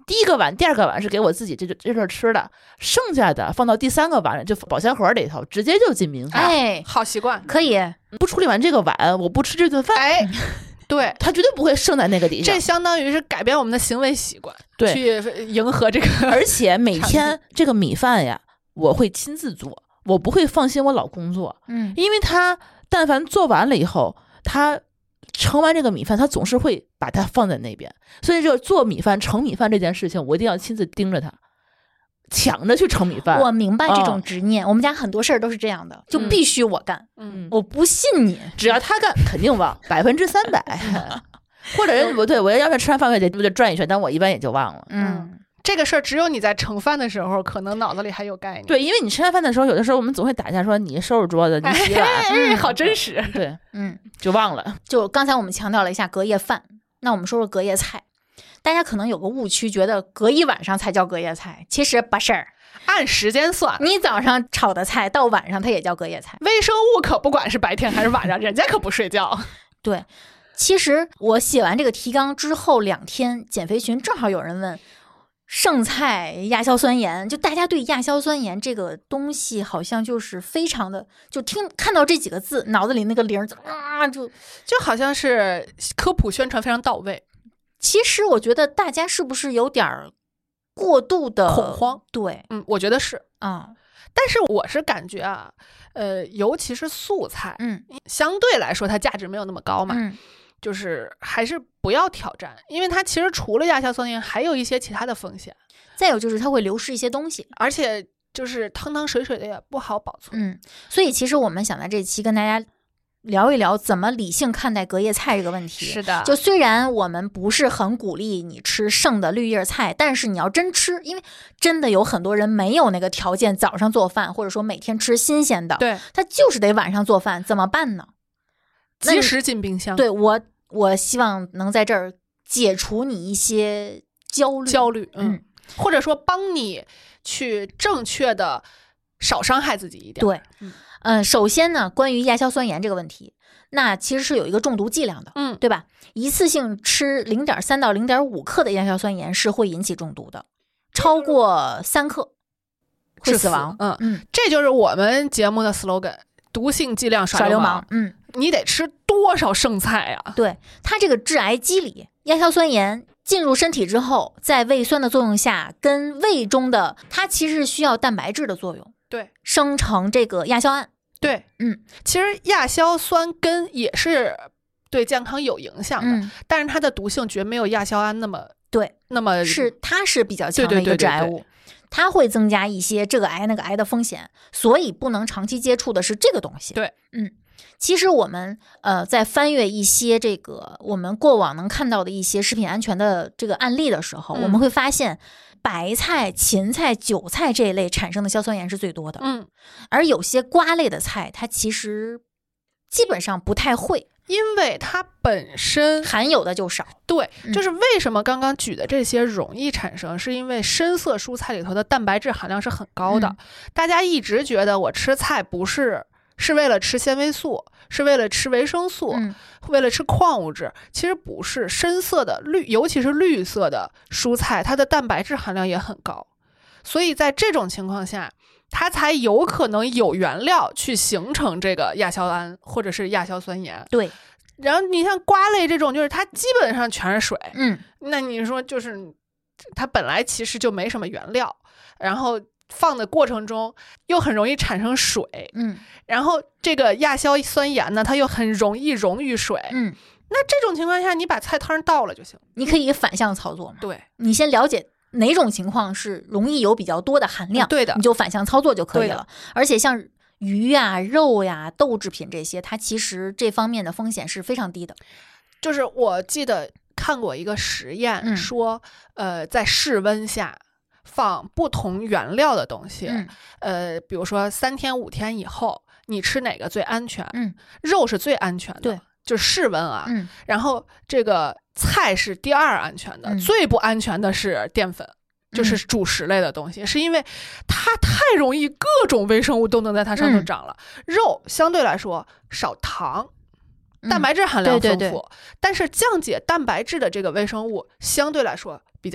第一个碗、第二个碗是给我自己这顿吃的，剩下的放到第3个碗就保鲜盒里头，直接就进冰箱。 哎， 好习惯， 可以不处理完这个碗，我不吃这顿饭。 哎，对， 它绝对不会剩在那个底下。 这相当于是改变我们的行为习惯， 对， 去迎合这个。 而且每天这个米饭呀，我会亲自做，我不会放心我老公做，因为他但凡做完了以后，他盛完这个米饭，他总是会把它放在那边，所以就做米饭、盛米饭这件事情，我一定要亲自盯着他，抢着去盛米饭。 我明白这种执念，我们家很多事儿都是这样的，就必须我干，我不信你， 只要他干，肯定忘300%。或者人不对，我要是吃完饭我就转一圈，但我一般也就忘了。 这个事儿只有你在盛饭的时候，可能脑子里还有概念。 对，因为你吃完饭的时候，有的时候我们总会打架，说你收拾桌子，你洗碗， 好真实。 对，就忘了。 就刚才我们强调了一下隔夜饭，那我们说说隔夜菜。大家可能有个误区，觉得隔一晚上才叫隔夜菜，其实不是儿， 按时间算， 你早上炒的菜到晚上它也叫隔夜菜。 微生物可不管是白天还是晚上，人家可不睡觉。 对，其实我写完这个提纲之后2天，减肥群正好有人问。剩菜亚硝酸盐，就大家对亚硝酸盐这个东西好像就是非常的，就看到这几个字，脑子里那个铃就好像是科普宣传非常到位。 其实我觉得大家是不是有点过度的恐慌？ 对， 我觉得是啊。 但是我是感觉啊，尤其是素菜，相对来说它价值没有那么高嘛。就是还是不要挑战，因为它其实除了亚硝酸盐，还有一些其他的风险。 再有就是它会流失一些东西， 而且就是汤汤水水的也不好保存。 所以其实我们想在这期跟大家聊一聊怎么理性看待隔夜菜这个问题。 是的， 就虽然我们不是很鼓励你吃剩的绿叶菜，但是你要真吃，因为真的有很多人没有那个条件早上做饭，或者说每天吃新鲜的， 对， 他就是得晚上做饭，怎么办呢？ 及时进冰箱。 对，我希望能在这儿解除你一些焦虑， 或者说帮你去正确的少伤害自己一点。 对，首先呢，关于亚硝酸盐这个问题，那其实是有一个中毒剂量的，对吧？一次性吃0.3到0.5克的亚硝酸盐是会引起中毒的，超过3克会死亡。 这就是我们节目的 slogan： 毒性剂量耍流氓。你得吃多少剩菜啊？ 对，它这个致癌机理，亚硝酸盐进入身体之后，在胃酸的作用下，跟胃中的它其实是需要蛋白质的作用， 对， 生成这个亚硝胺。 对，其实亚硝酸根也是对健康有影响的，但是它的毒性绝没有亚硝胺那么它是比较强的一个致癌物。它会增加一些这个癌那个癌的风险，所以不能长期接触的是这个东西。 对， 其实我们在翻阅一些这个我们过往能看到的一些食品安全的这个案例的时候，我们会发现白菜、芹菜、韭菜这一类产生的硝酸盐是最多的。而有些瓜类的菜，它其实基本上不太会， 因为它本身含有的就少。 对，就是为什么刚刚举的这些容易产生，是因为深色蔬菜里头的蛋白质含量是很高的。大家一直觉得我吃菜是为了吃纤维素，是为了吃维生素，为了吃矿物质，其实不是。深色的尤其是绿色的蔬菜，它的蛋白质含量也很高，所以在这种情况下，它才有可能有原料去形成这个亚硝胺或者是亚硝酸盐。 对， 然后你像瓜类这种，就是它基本上全是水，那你说就是它本来其实就没什么原料，然后放的过程中又很容易产生水，然后这个亚硝酸盐呢，它又很容易溶于水，那这种情况下，你把菜汤倒了就行。 你可以反向操作嘛？ 对， 你先了解哪种情况是容易有比较多的含量， 对的， 你就反向操作就可以了。而且像鱼呀、肉呀、豆制品这些，它其实这方面的风险是非常低的。 就是我记得看过一个实验，说在室温下放不同原料的东西，比如说3天5天以后，你吃哪个最安全？肉是最安全的， 对， 就是室温啊。然后这个菜是第2安全的，最不安全的是淀粉，就是主食类的东西，是因为它太容易各种微生物都能在它上头长了。肉相对来说少糖，蛋白质含量丰富，但是降解蛋白质的这个微生物相对来说比较少。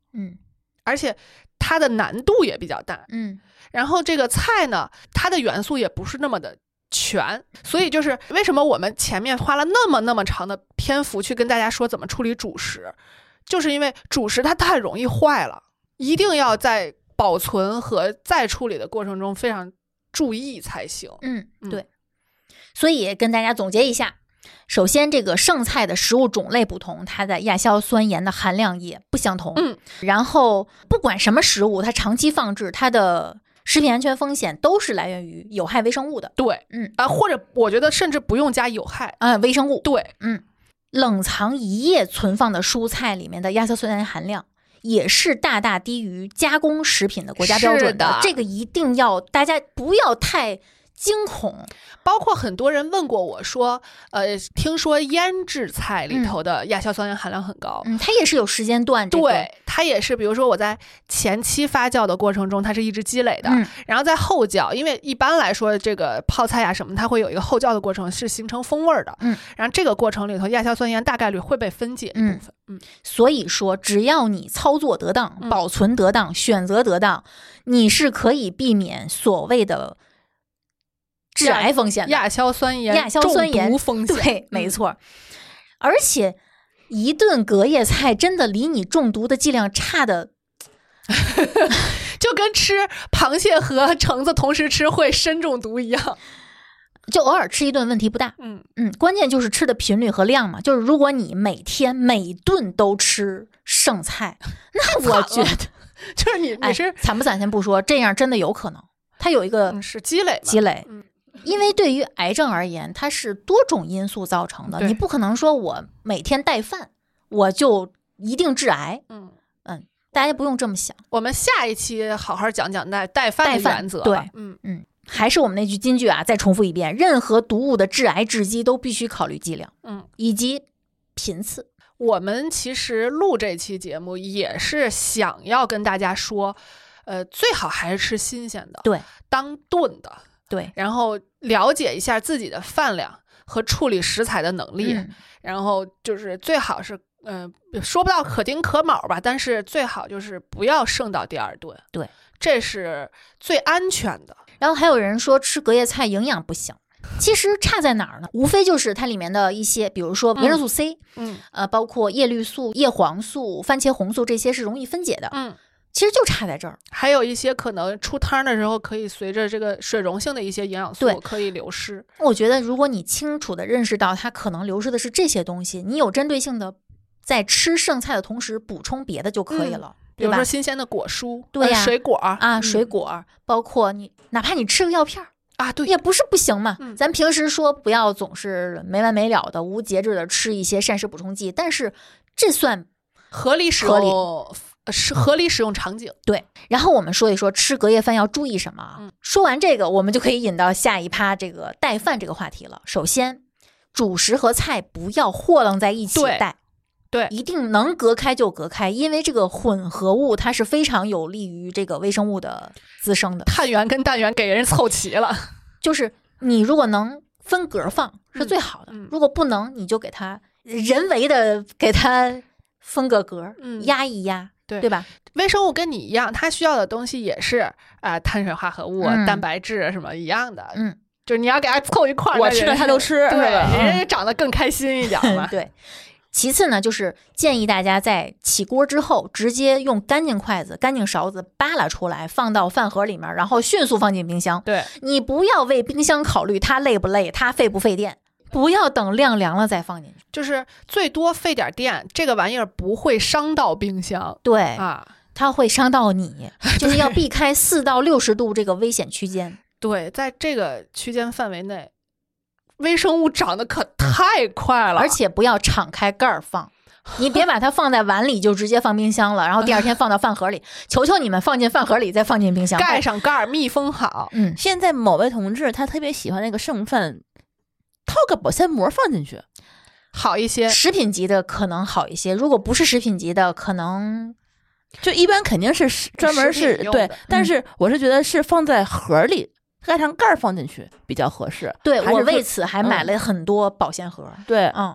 而且它的难度也比较大，然后这个菜呢，它的元素也不是那么的全，所以就是为什么我们前面花了那么长的篇幅去跟大家说怎么处理主食，就是因为主食它太容易坏了，一定要在保存和再处理的过程中非常注意才行。 对。所以跟大家总结一下，首先这个剩菜的食物种类不同，它的亚硝酸盐的含量也不相同。然后不管什么食物，它长期放置，它的食品安全风险都是来源于有害微生物的。 对，或者我觉得甚至不用加有害微生物。 对， 冷藏一夜存放的蔬菜里面的亚硝酸盐含量也是大大低于加工食品的国家标准的，这个一定要大家不要太惊恐。 包括很多人问过我说听说腌制菜里头的亚硝酸盐含量很高， 它也是有时间段， 对，它也是比如说我在前期发酵的过程中它是一直积累的，然后在后酵，因为一般来说这个泡菜啊什么它会有一个后酵的过程，是形成风味的，然后这个过程里头亚硝酸盐大概率会被分解一部分。 所以说只要你操作得当，保存得当，选择得当，你是可以避免所谓的致癌风险的， 亚硝酸盐中毒风险。 对，没错。而且一顿隔夜菜真的离你中毒的剂量差的就跟吃螃蟹和橙子同时吃会砷中毒一样， 就偶尔吃一顿问题不大。关键就是吃的频率和量嘛，就是如果你每天每顿都吃剩菜，那我觉得就是你是惨不惨先不说，这样真的有可能它有一个是积累。 因为对于癌症而言，它是多种因素造成的，你不可能说我每天带饭我就一定致癌。大家不用这么想。 我们下一期好好讲讲带饭的原则。 对，还是我们那句金句啊，再重复一遍，任何毒物的致癌制剂都必须考虑剂量，以及频次。 我们其实录这期节目也是想要跟大家说，最好还是吃新鲜的， 对， 当炖的。 对， 然后了解一下自己的饭量和处理食材的能力，然后就是最好是说不到可丁可卯吧，但是最好就是不要剩到第二顿。 对， 这是最安全的。 然后还有人说吃隔夜菜营养不行，其实差在哪儿呢？无非就是它里面的一些，比如说维生素 C，包括叶绿素、叶黄素、番茄红素，这些是容易分解的。其实就差在这儿。 还有一些可能出汤的时候可以随着这个水溶性的一些营养素可以流失。 我觉得如果你清楚的认识到它可能流失的是这些东西，你有针对性的在吃剩菜的同时补充别的就可以了。 比如说新鲜的果蔬， 对呀， 水果水果，包括你哪怕你吃个药片啊，对， 也不是不行嘛。咱平时说不要总是没完没了的无节制的吃一些膳食补充剂，但是这算合理使用。合理使用场景。 对，然后我们说一说吃隔夜饭要注意什么。说完这个，我们就可以引到下一趴这个带饭这个话题了。首先，主食和菜不要和楞在一起带， 对， 一定能隔开就隔开，因为这个混合物它是非常有利于这个微生物的滋生的。 碳源跟氮源给人凑齐了， 就是你如果能分格放是最好的，如果不能，你就给它人为的给它分个格，压一压。对吧？ 微生物跟你一样，它需要的东西也是碳水化合物、蛋白质什么一样的。就是你要给它凑一块， 我吃了它就吃， 对，人家长得更开心一点嘛。 对。其次呢，就是建议大家在起锅之后，直接用干净筷子、干净勺子扒拉出来，放到饭盒里面，然后迅速放进冰箱。 对， 你不要为冰箱考虑它累不累，它费不费电。不要等晾凉了再放进去， 就是最多费点电，这个玩意儿不会伤到冰箱。 对啊，它会伤到你，就是要避开4到60度这个危险区间。 对，在这个区间范围内，微生物长得可太快了， 而且不要敞开盖儿放。你别把它放在碗里就直接放冰箱了，然后第二天放到饭盒里。求求你们放进饭盒里再放进冰箱， 盖上盖儿密封好。 现在某位同志他特别喜欢那个剩饭套个保鲜膜放进去好一些， 食品级的可能好一些，如果不是食品级的可能就一般肯定是专门是对，但是我是觉得是放在盒里盖上盖放进去比较合适。 对，我为此还买了很多保鲜盒。 对，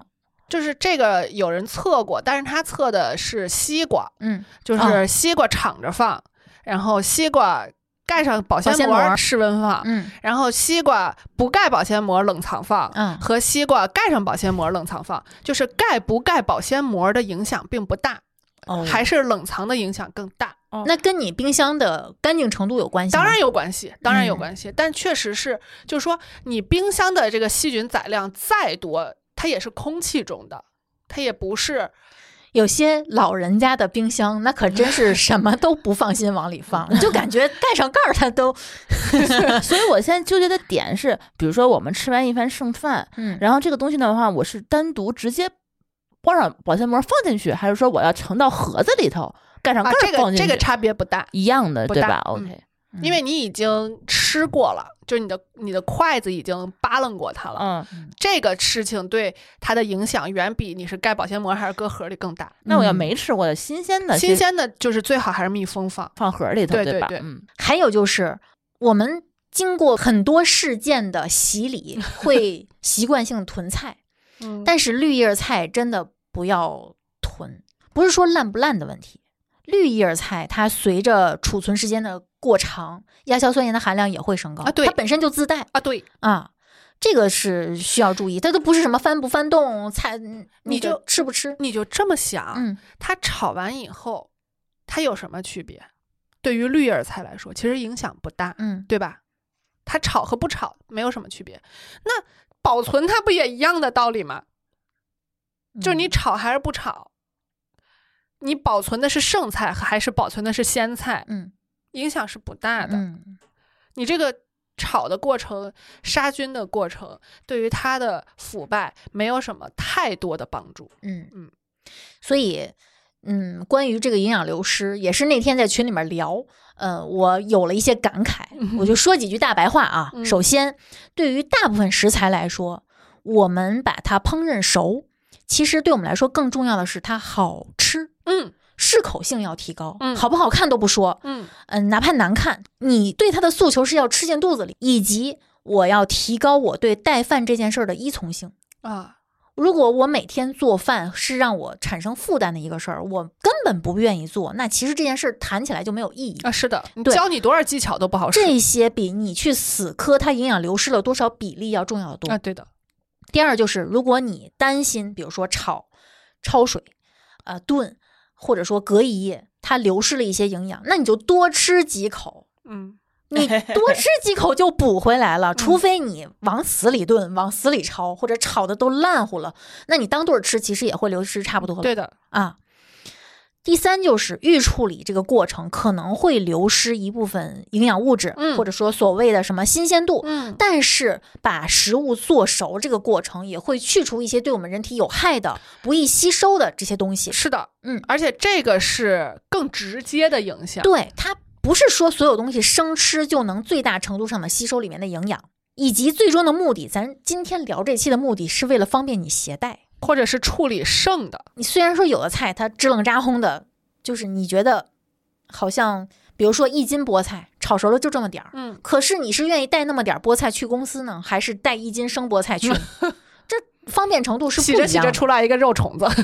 就是这个有人测过，但是他测的是西瓜，就是西瓜敞着放，然后西瓜盖上保鲜膜室温放，然后西瓜不盖保鲜膜冷藏放，和西瓜盖上保鲜膜冷藏放，就是盖不盖保鲜膜的影响并不大，还是冷藏的影响更大。 那跟你冰箱的干净程度有关系吗？ 当然有关系，当然有关系，但确实是，就是说你冰箱的这个细菌载量再多，它也是空气中的，它也不是。 有些老人家的冰箱那可真是什么都不放心往里放，就感觉盖上盖儿它都所以我现在纠结的点是，比如说我们吃完一饭剩饭，然后这个东西的话，我是单独直接包上保鲜膜放进去，还是说我要盛到盒子里头盖上盖儿放进去？ 这个差别不大， 一样的，对吧？OK。 因为你已经吃过了，就是你的筷子已经扒楞过它了，这个事情对它的影响远比你是盖保鲜膜还是搁盒里更大。 那我要没吃过的新鲜的就是最好还是密封放盒里头， 对吧？ 还有就是我们经过很多事件的洗礼，会习惯性囤菜，但是绿叶菜真的不要囤，不是说烂不烂的问题。绿叶菜它随着储存时间的过长，亚硝酸盐的含量也会升高对， 它本身就自带对这个是需要注意，它都不是什么翻不翻动菜，你就吃不吃， 你就这么想，它炒完以后它有什么区别？对于绿叶菜来说其实影响不大，对吧？它炒和不炒没有什么区别。那保存它不也一样的道理吗？就是你炒还是不炒，你保存的是剩菜还是保存的是鲜菜，影响是不大的。你这个炒的过程、杀菌的过程，对于它的腐败没有什么太多的帮助。 所以关于这个营养流失，也是那天在群里面聊，我有了一些感慨，我就说几句大白话啊。首先，对于大部分食材来说，我们把它烹饪熟，其实对我们来说更重要的是它好吃，适口性要提高，好不好看都不说，哪怕难看，你对它的诉求是要吃进肚子里，以及我要提高我对带饭这件事的依从性啊。 如果我每天做饭是让我产生负担的一个事儿，我根本不愿意做，那其实这件事谈起来就没有意义啊。是的，教你多少技巧都不好使， 这些比你去死磕它营养流失了多少比例要重要的多啊。对的。 第二就是，如果你担心，比如说焯水、炖，或者说隔一夜，它流失了一些营养，那你就多吃几口，你多吃几口就补回来了。除非你往死里炖、往死里焯，或者炒的都烂乎了，那你当顿吃其实也会流失差不多了。 对的啊。第三就是预处理这个过程可能会流失一部分营养物质，或者说所谓的什么新鲜度，但是把食物做熟这个过程也会去除一些对我们人体有害的、不易吸收的这些东西。 是的，而且这个是更直接的影响。 对，它不是说所有东西生吃就能最大程度上的吸收里面的营养，以及最终的目的，咱今天聊这期的目的是为了方便你携带。 或者是处理剩的， 你虽然说有的菜它支棱扎轰的，就是你觉得好像，比如说1斤菠菜炒熟了就这么点儿，可是你是愿意带那么点菠菜去公司呢，还是带1斤生菠菜去？这方便程度是不一样的。 洗着出来一个肉虫子，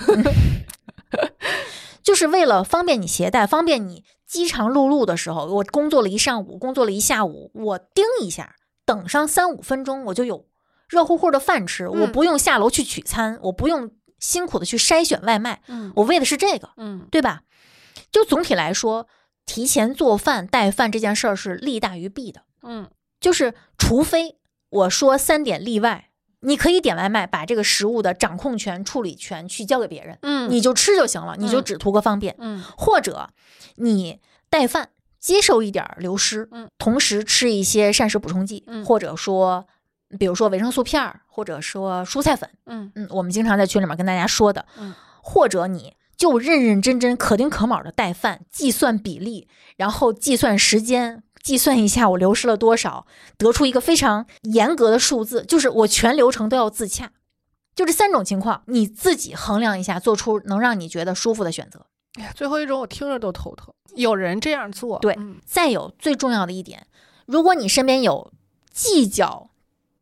就是为了方便你携带，方便你饥肠辘辘的时候，我工作了一上午，工作了一下午，我叮一下，等上3-5分钟，我就有热乎乎的饭吃，我不用下楼去取餐，我不用辛苦的去筛选外卖，我为的是这个，对吧？就总体来说，提前做饭带饭这件事儿是利大于弊的，就是除非我说3点例外，你可以点外卖，把这个食物的掌控权、处理权去交给别人，你就吃就行了，你就只图个方便，或者你带饭接受一点流失，同时吃一些膳食补充剂，或者说比如说维生素片，或者说蔬菜粉，我们经常在群里面跟大家说的，或者你就认认真真可丁可卯的带饭，计算比例，然后计算时间，计算一下我流失了多少，得出一个非常严格的数字，就是我全流程都要自洽。就这3种情况，你自己衡量一下，做出能让你觉得舒服的选择。 最后一种我听着都头疼，有人这样做。 对，再有最重要的一点，如果你身边有计较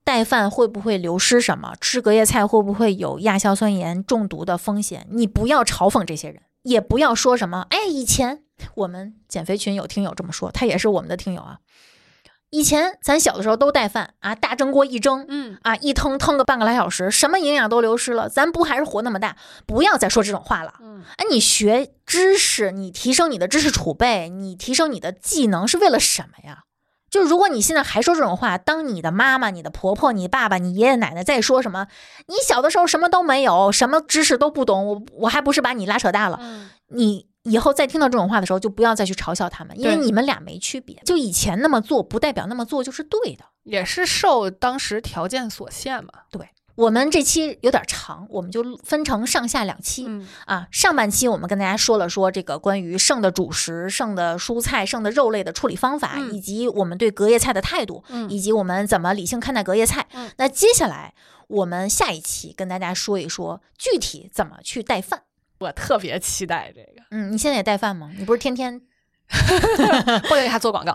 带饭会不会流失什么，吃隔夜菜会不会有亚硝酸盐中毒的风险，你不要嘲讽这些人，也不要说什么哎，以前我们减肥群有听友这么说，他也是我们的听友啊，以前咱小的时候都带饭啊，大蒸锅一蒸，一腾个半个来小时，什么营养都流失了，咱不还是活那么大？不要再说这种话了。你学知识，你提升你的知识储备，你提升你的技能是为了什么呀？就如果你现在还说这种话，当你的妈妈、你的婆婆、你爸爸、你爷爷奶奶再说什么，你小的时候什么都没有，什么知识都不懂，我还不是把你拉扯大了？你以后再听到这种话的时候，就不要再去嘲笑他们，因为你们俩没区别。就以前那么做，不代表那么做就是对的， 也是受当时条件所限嘛。 对。我们这期有点长，我们就分成上下2期上半期我们跟大家说了这个关于剩的主食、剩的蔬菜、剩的肉类的处理方法，以及我们对隔夜菜的态度，以及我们怎么理性看待隔夜菜。那接下来我们下一期跟大家说一说具体怎么去带饭。 我特别期待这个。 你现在也带饭吗？你不是天天或者给他做广告？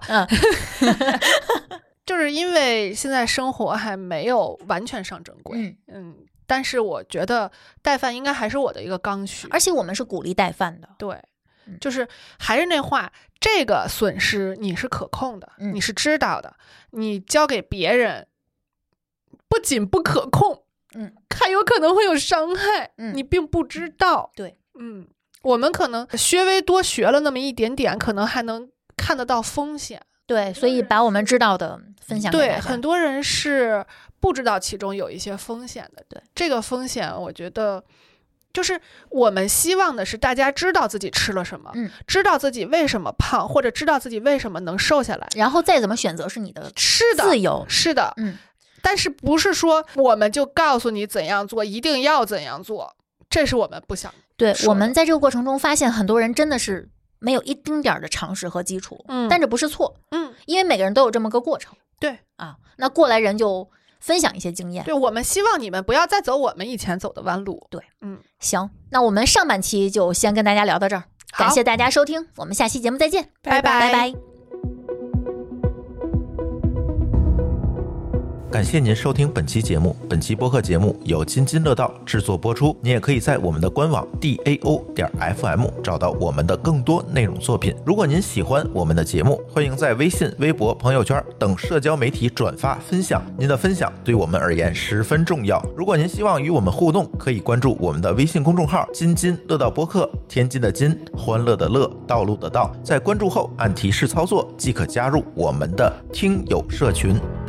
就是因为现在生活还没有完全上正轨，但是我觉得带饭应该还是我的一个刚需， 而且我们是鼓励带饭的。 对，就是还是那话，这个损失你是可控的，你是知道的，你交给别人不仅不可控，还有可能会有伤害，你并不知道。 对， 我们可能稍微多学了那么一点点，可能还能看得到风险。 对，所以把我们知道的分享给大家。 对，很多人是不知道其中有一些风险的。 对， 这个风险我觉得就是我们希望的是大家知道自己吃了什么，知道自己为什么胖，或者知道自己为什么能瘦下来， 然后再怎么选择是你的自由。 是的，但是不是说我们就告诉你怎样做，一定要怎样做，这是我们不想说的。 对，我们在这个过程中发现很多人真的是没有一丁点的常识和基础，但这不是错，因为每个人都有这么个过程。 对啊，那过来人就分享一些经验。 对，我们希望你们不要再走我们以前走的弯路。 对，行，那我们上半期就先跟大家聊到这儿，感谢大家收听，我们下期节目再见， 拜拜， 拜拜。 感谢您收听本期节目。本期播客节目由津津乐道制作播出。你也可以在我们的官网 DAO.FM 找到我们的更多内容作品。如果您喜欢我们的节目，欢迎在微信、微博、朋友圈等社交媒体转发分享。您的分享对我们而言十分重要。如果您希望与我们互动，可以关注我们的微信公众号津津乐道播客，天津的津，欢乐的乐，道路的道。在关注后按提示操作即可加入我们的听友社群。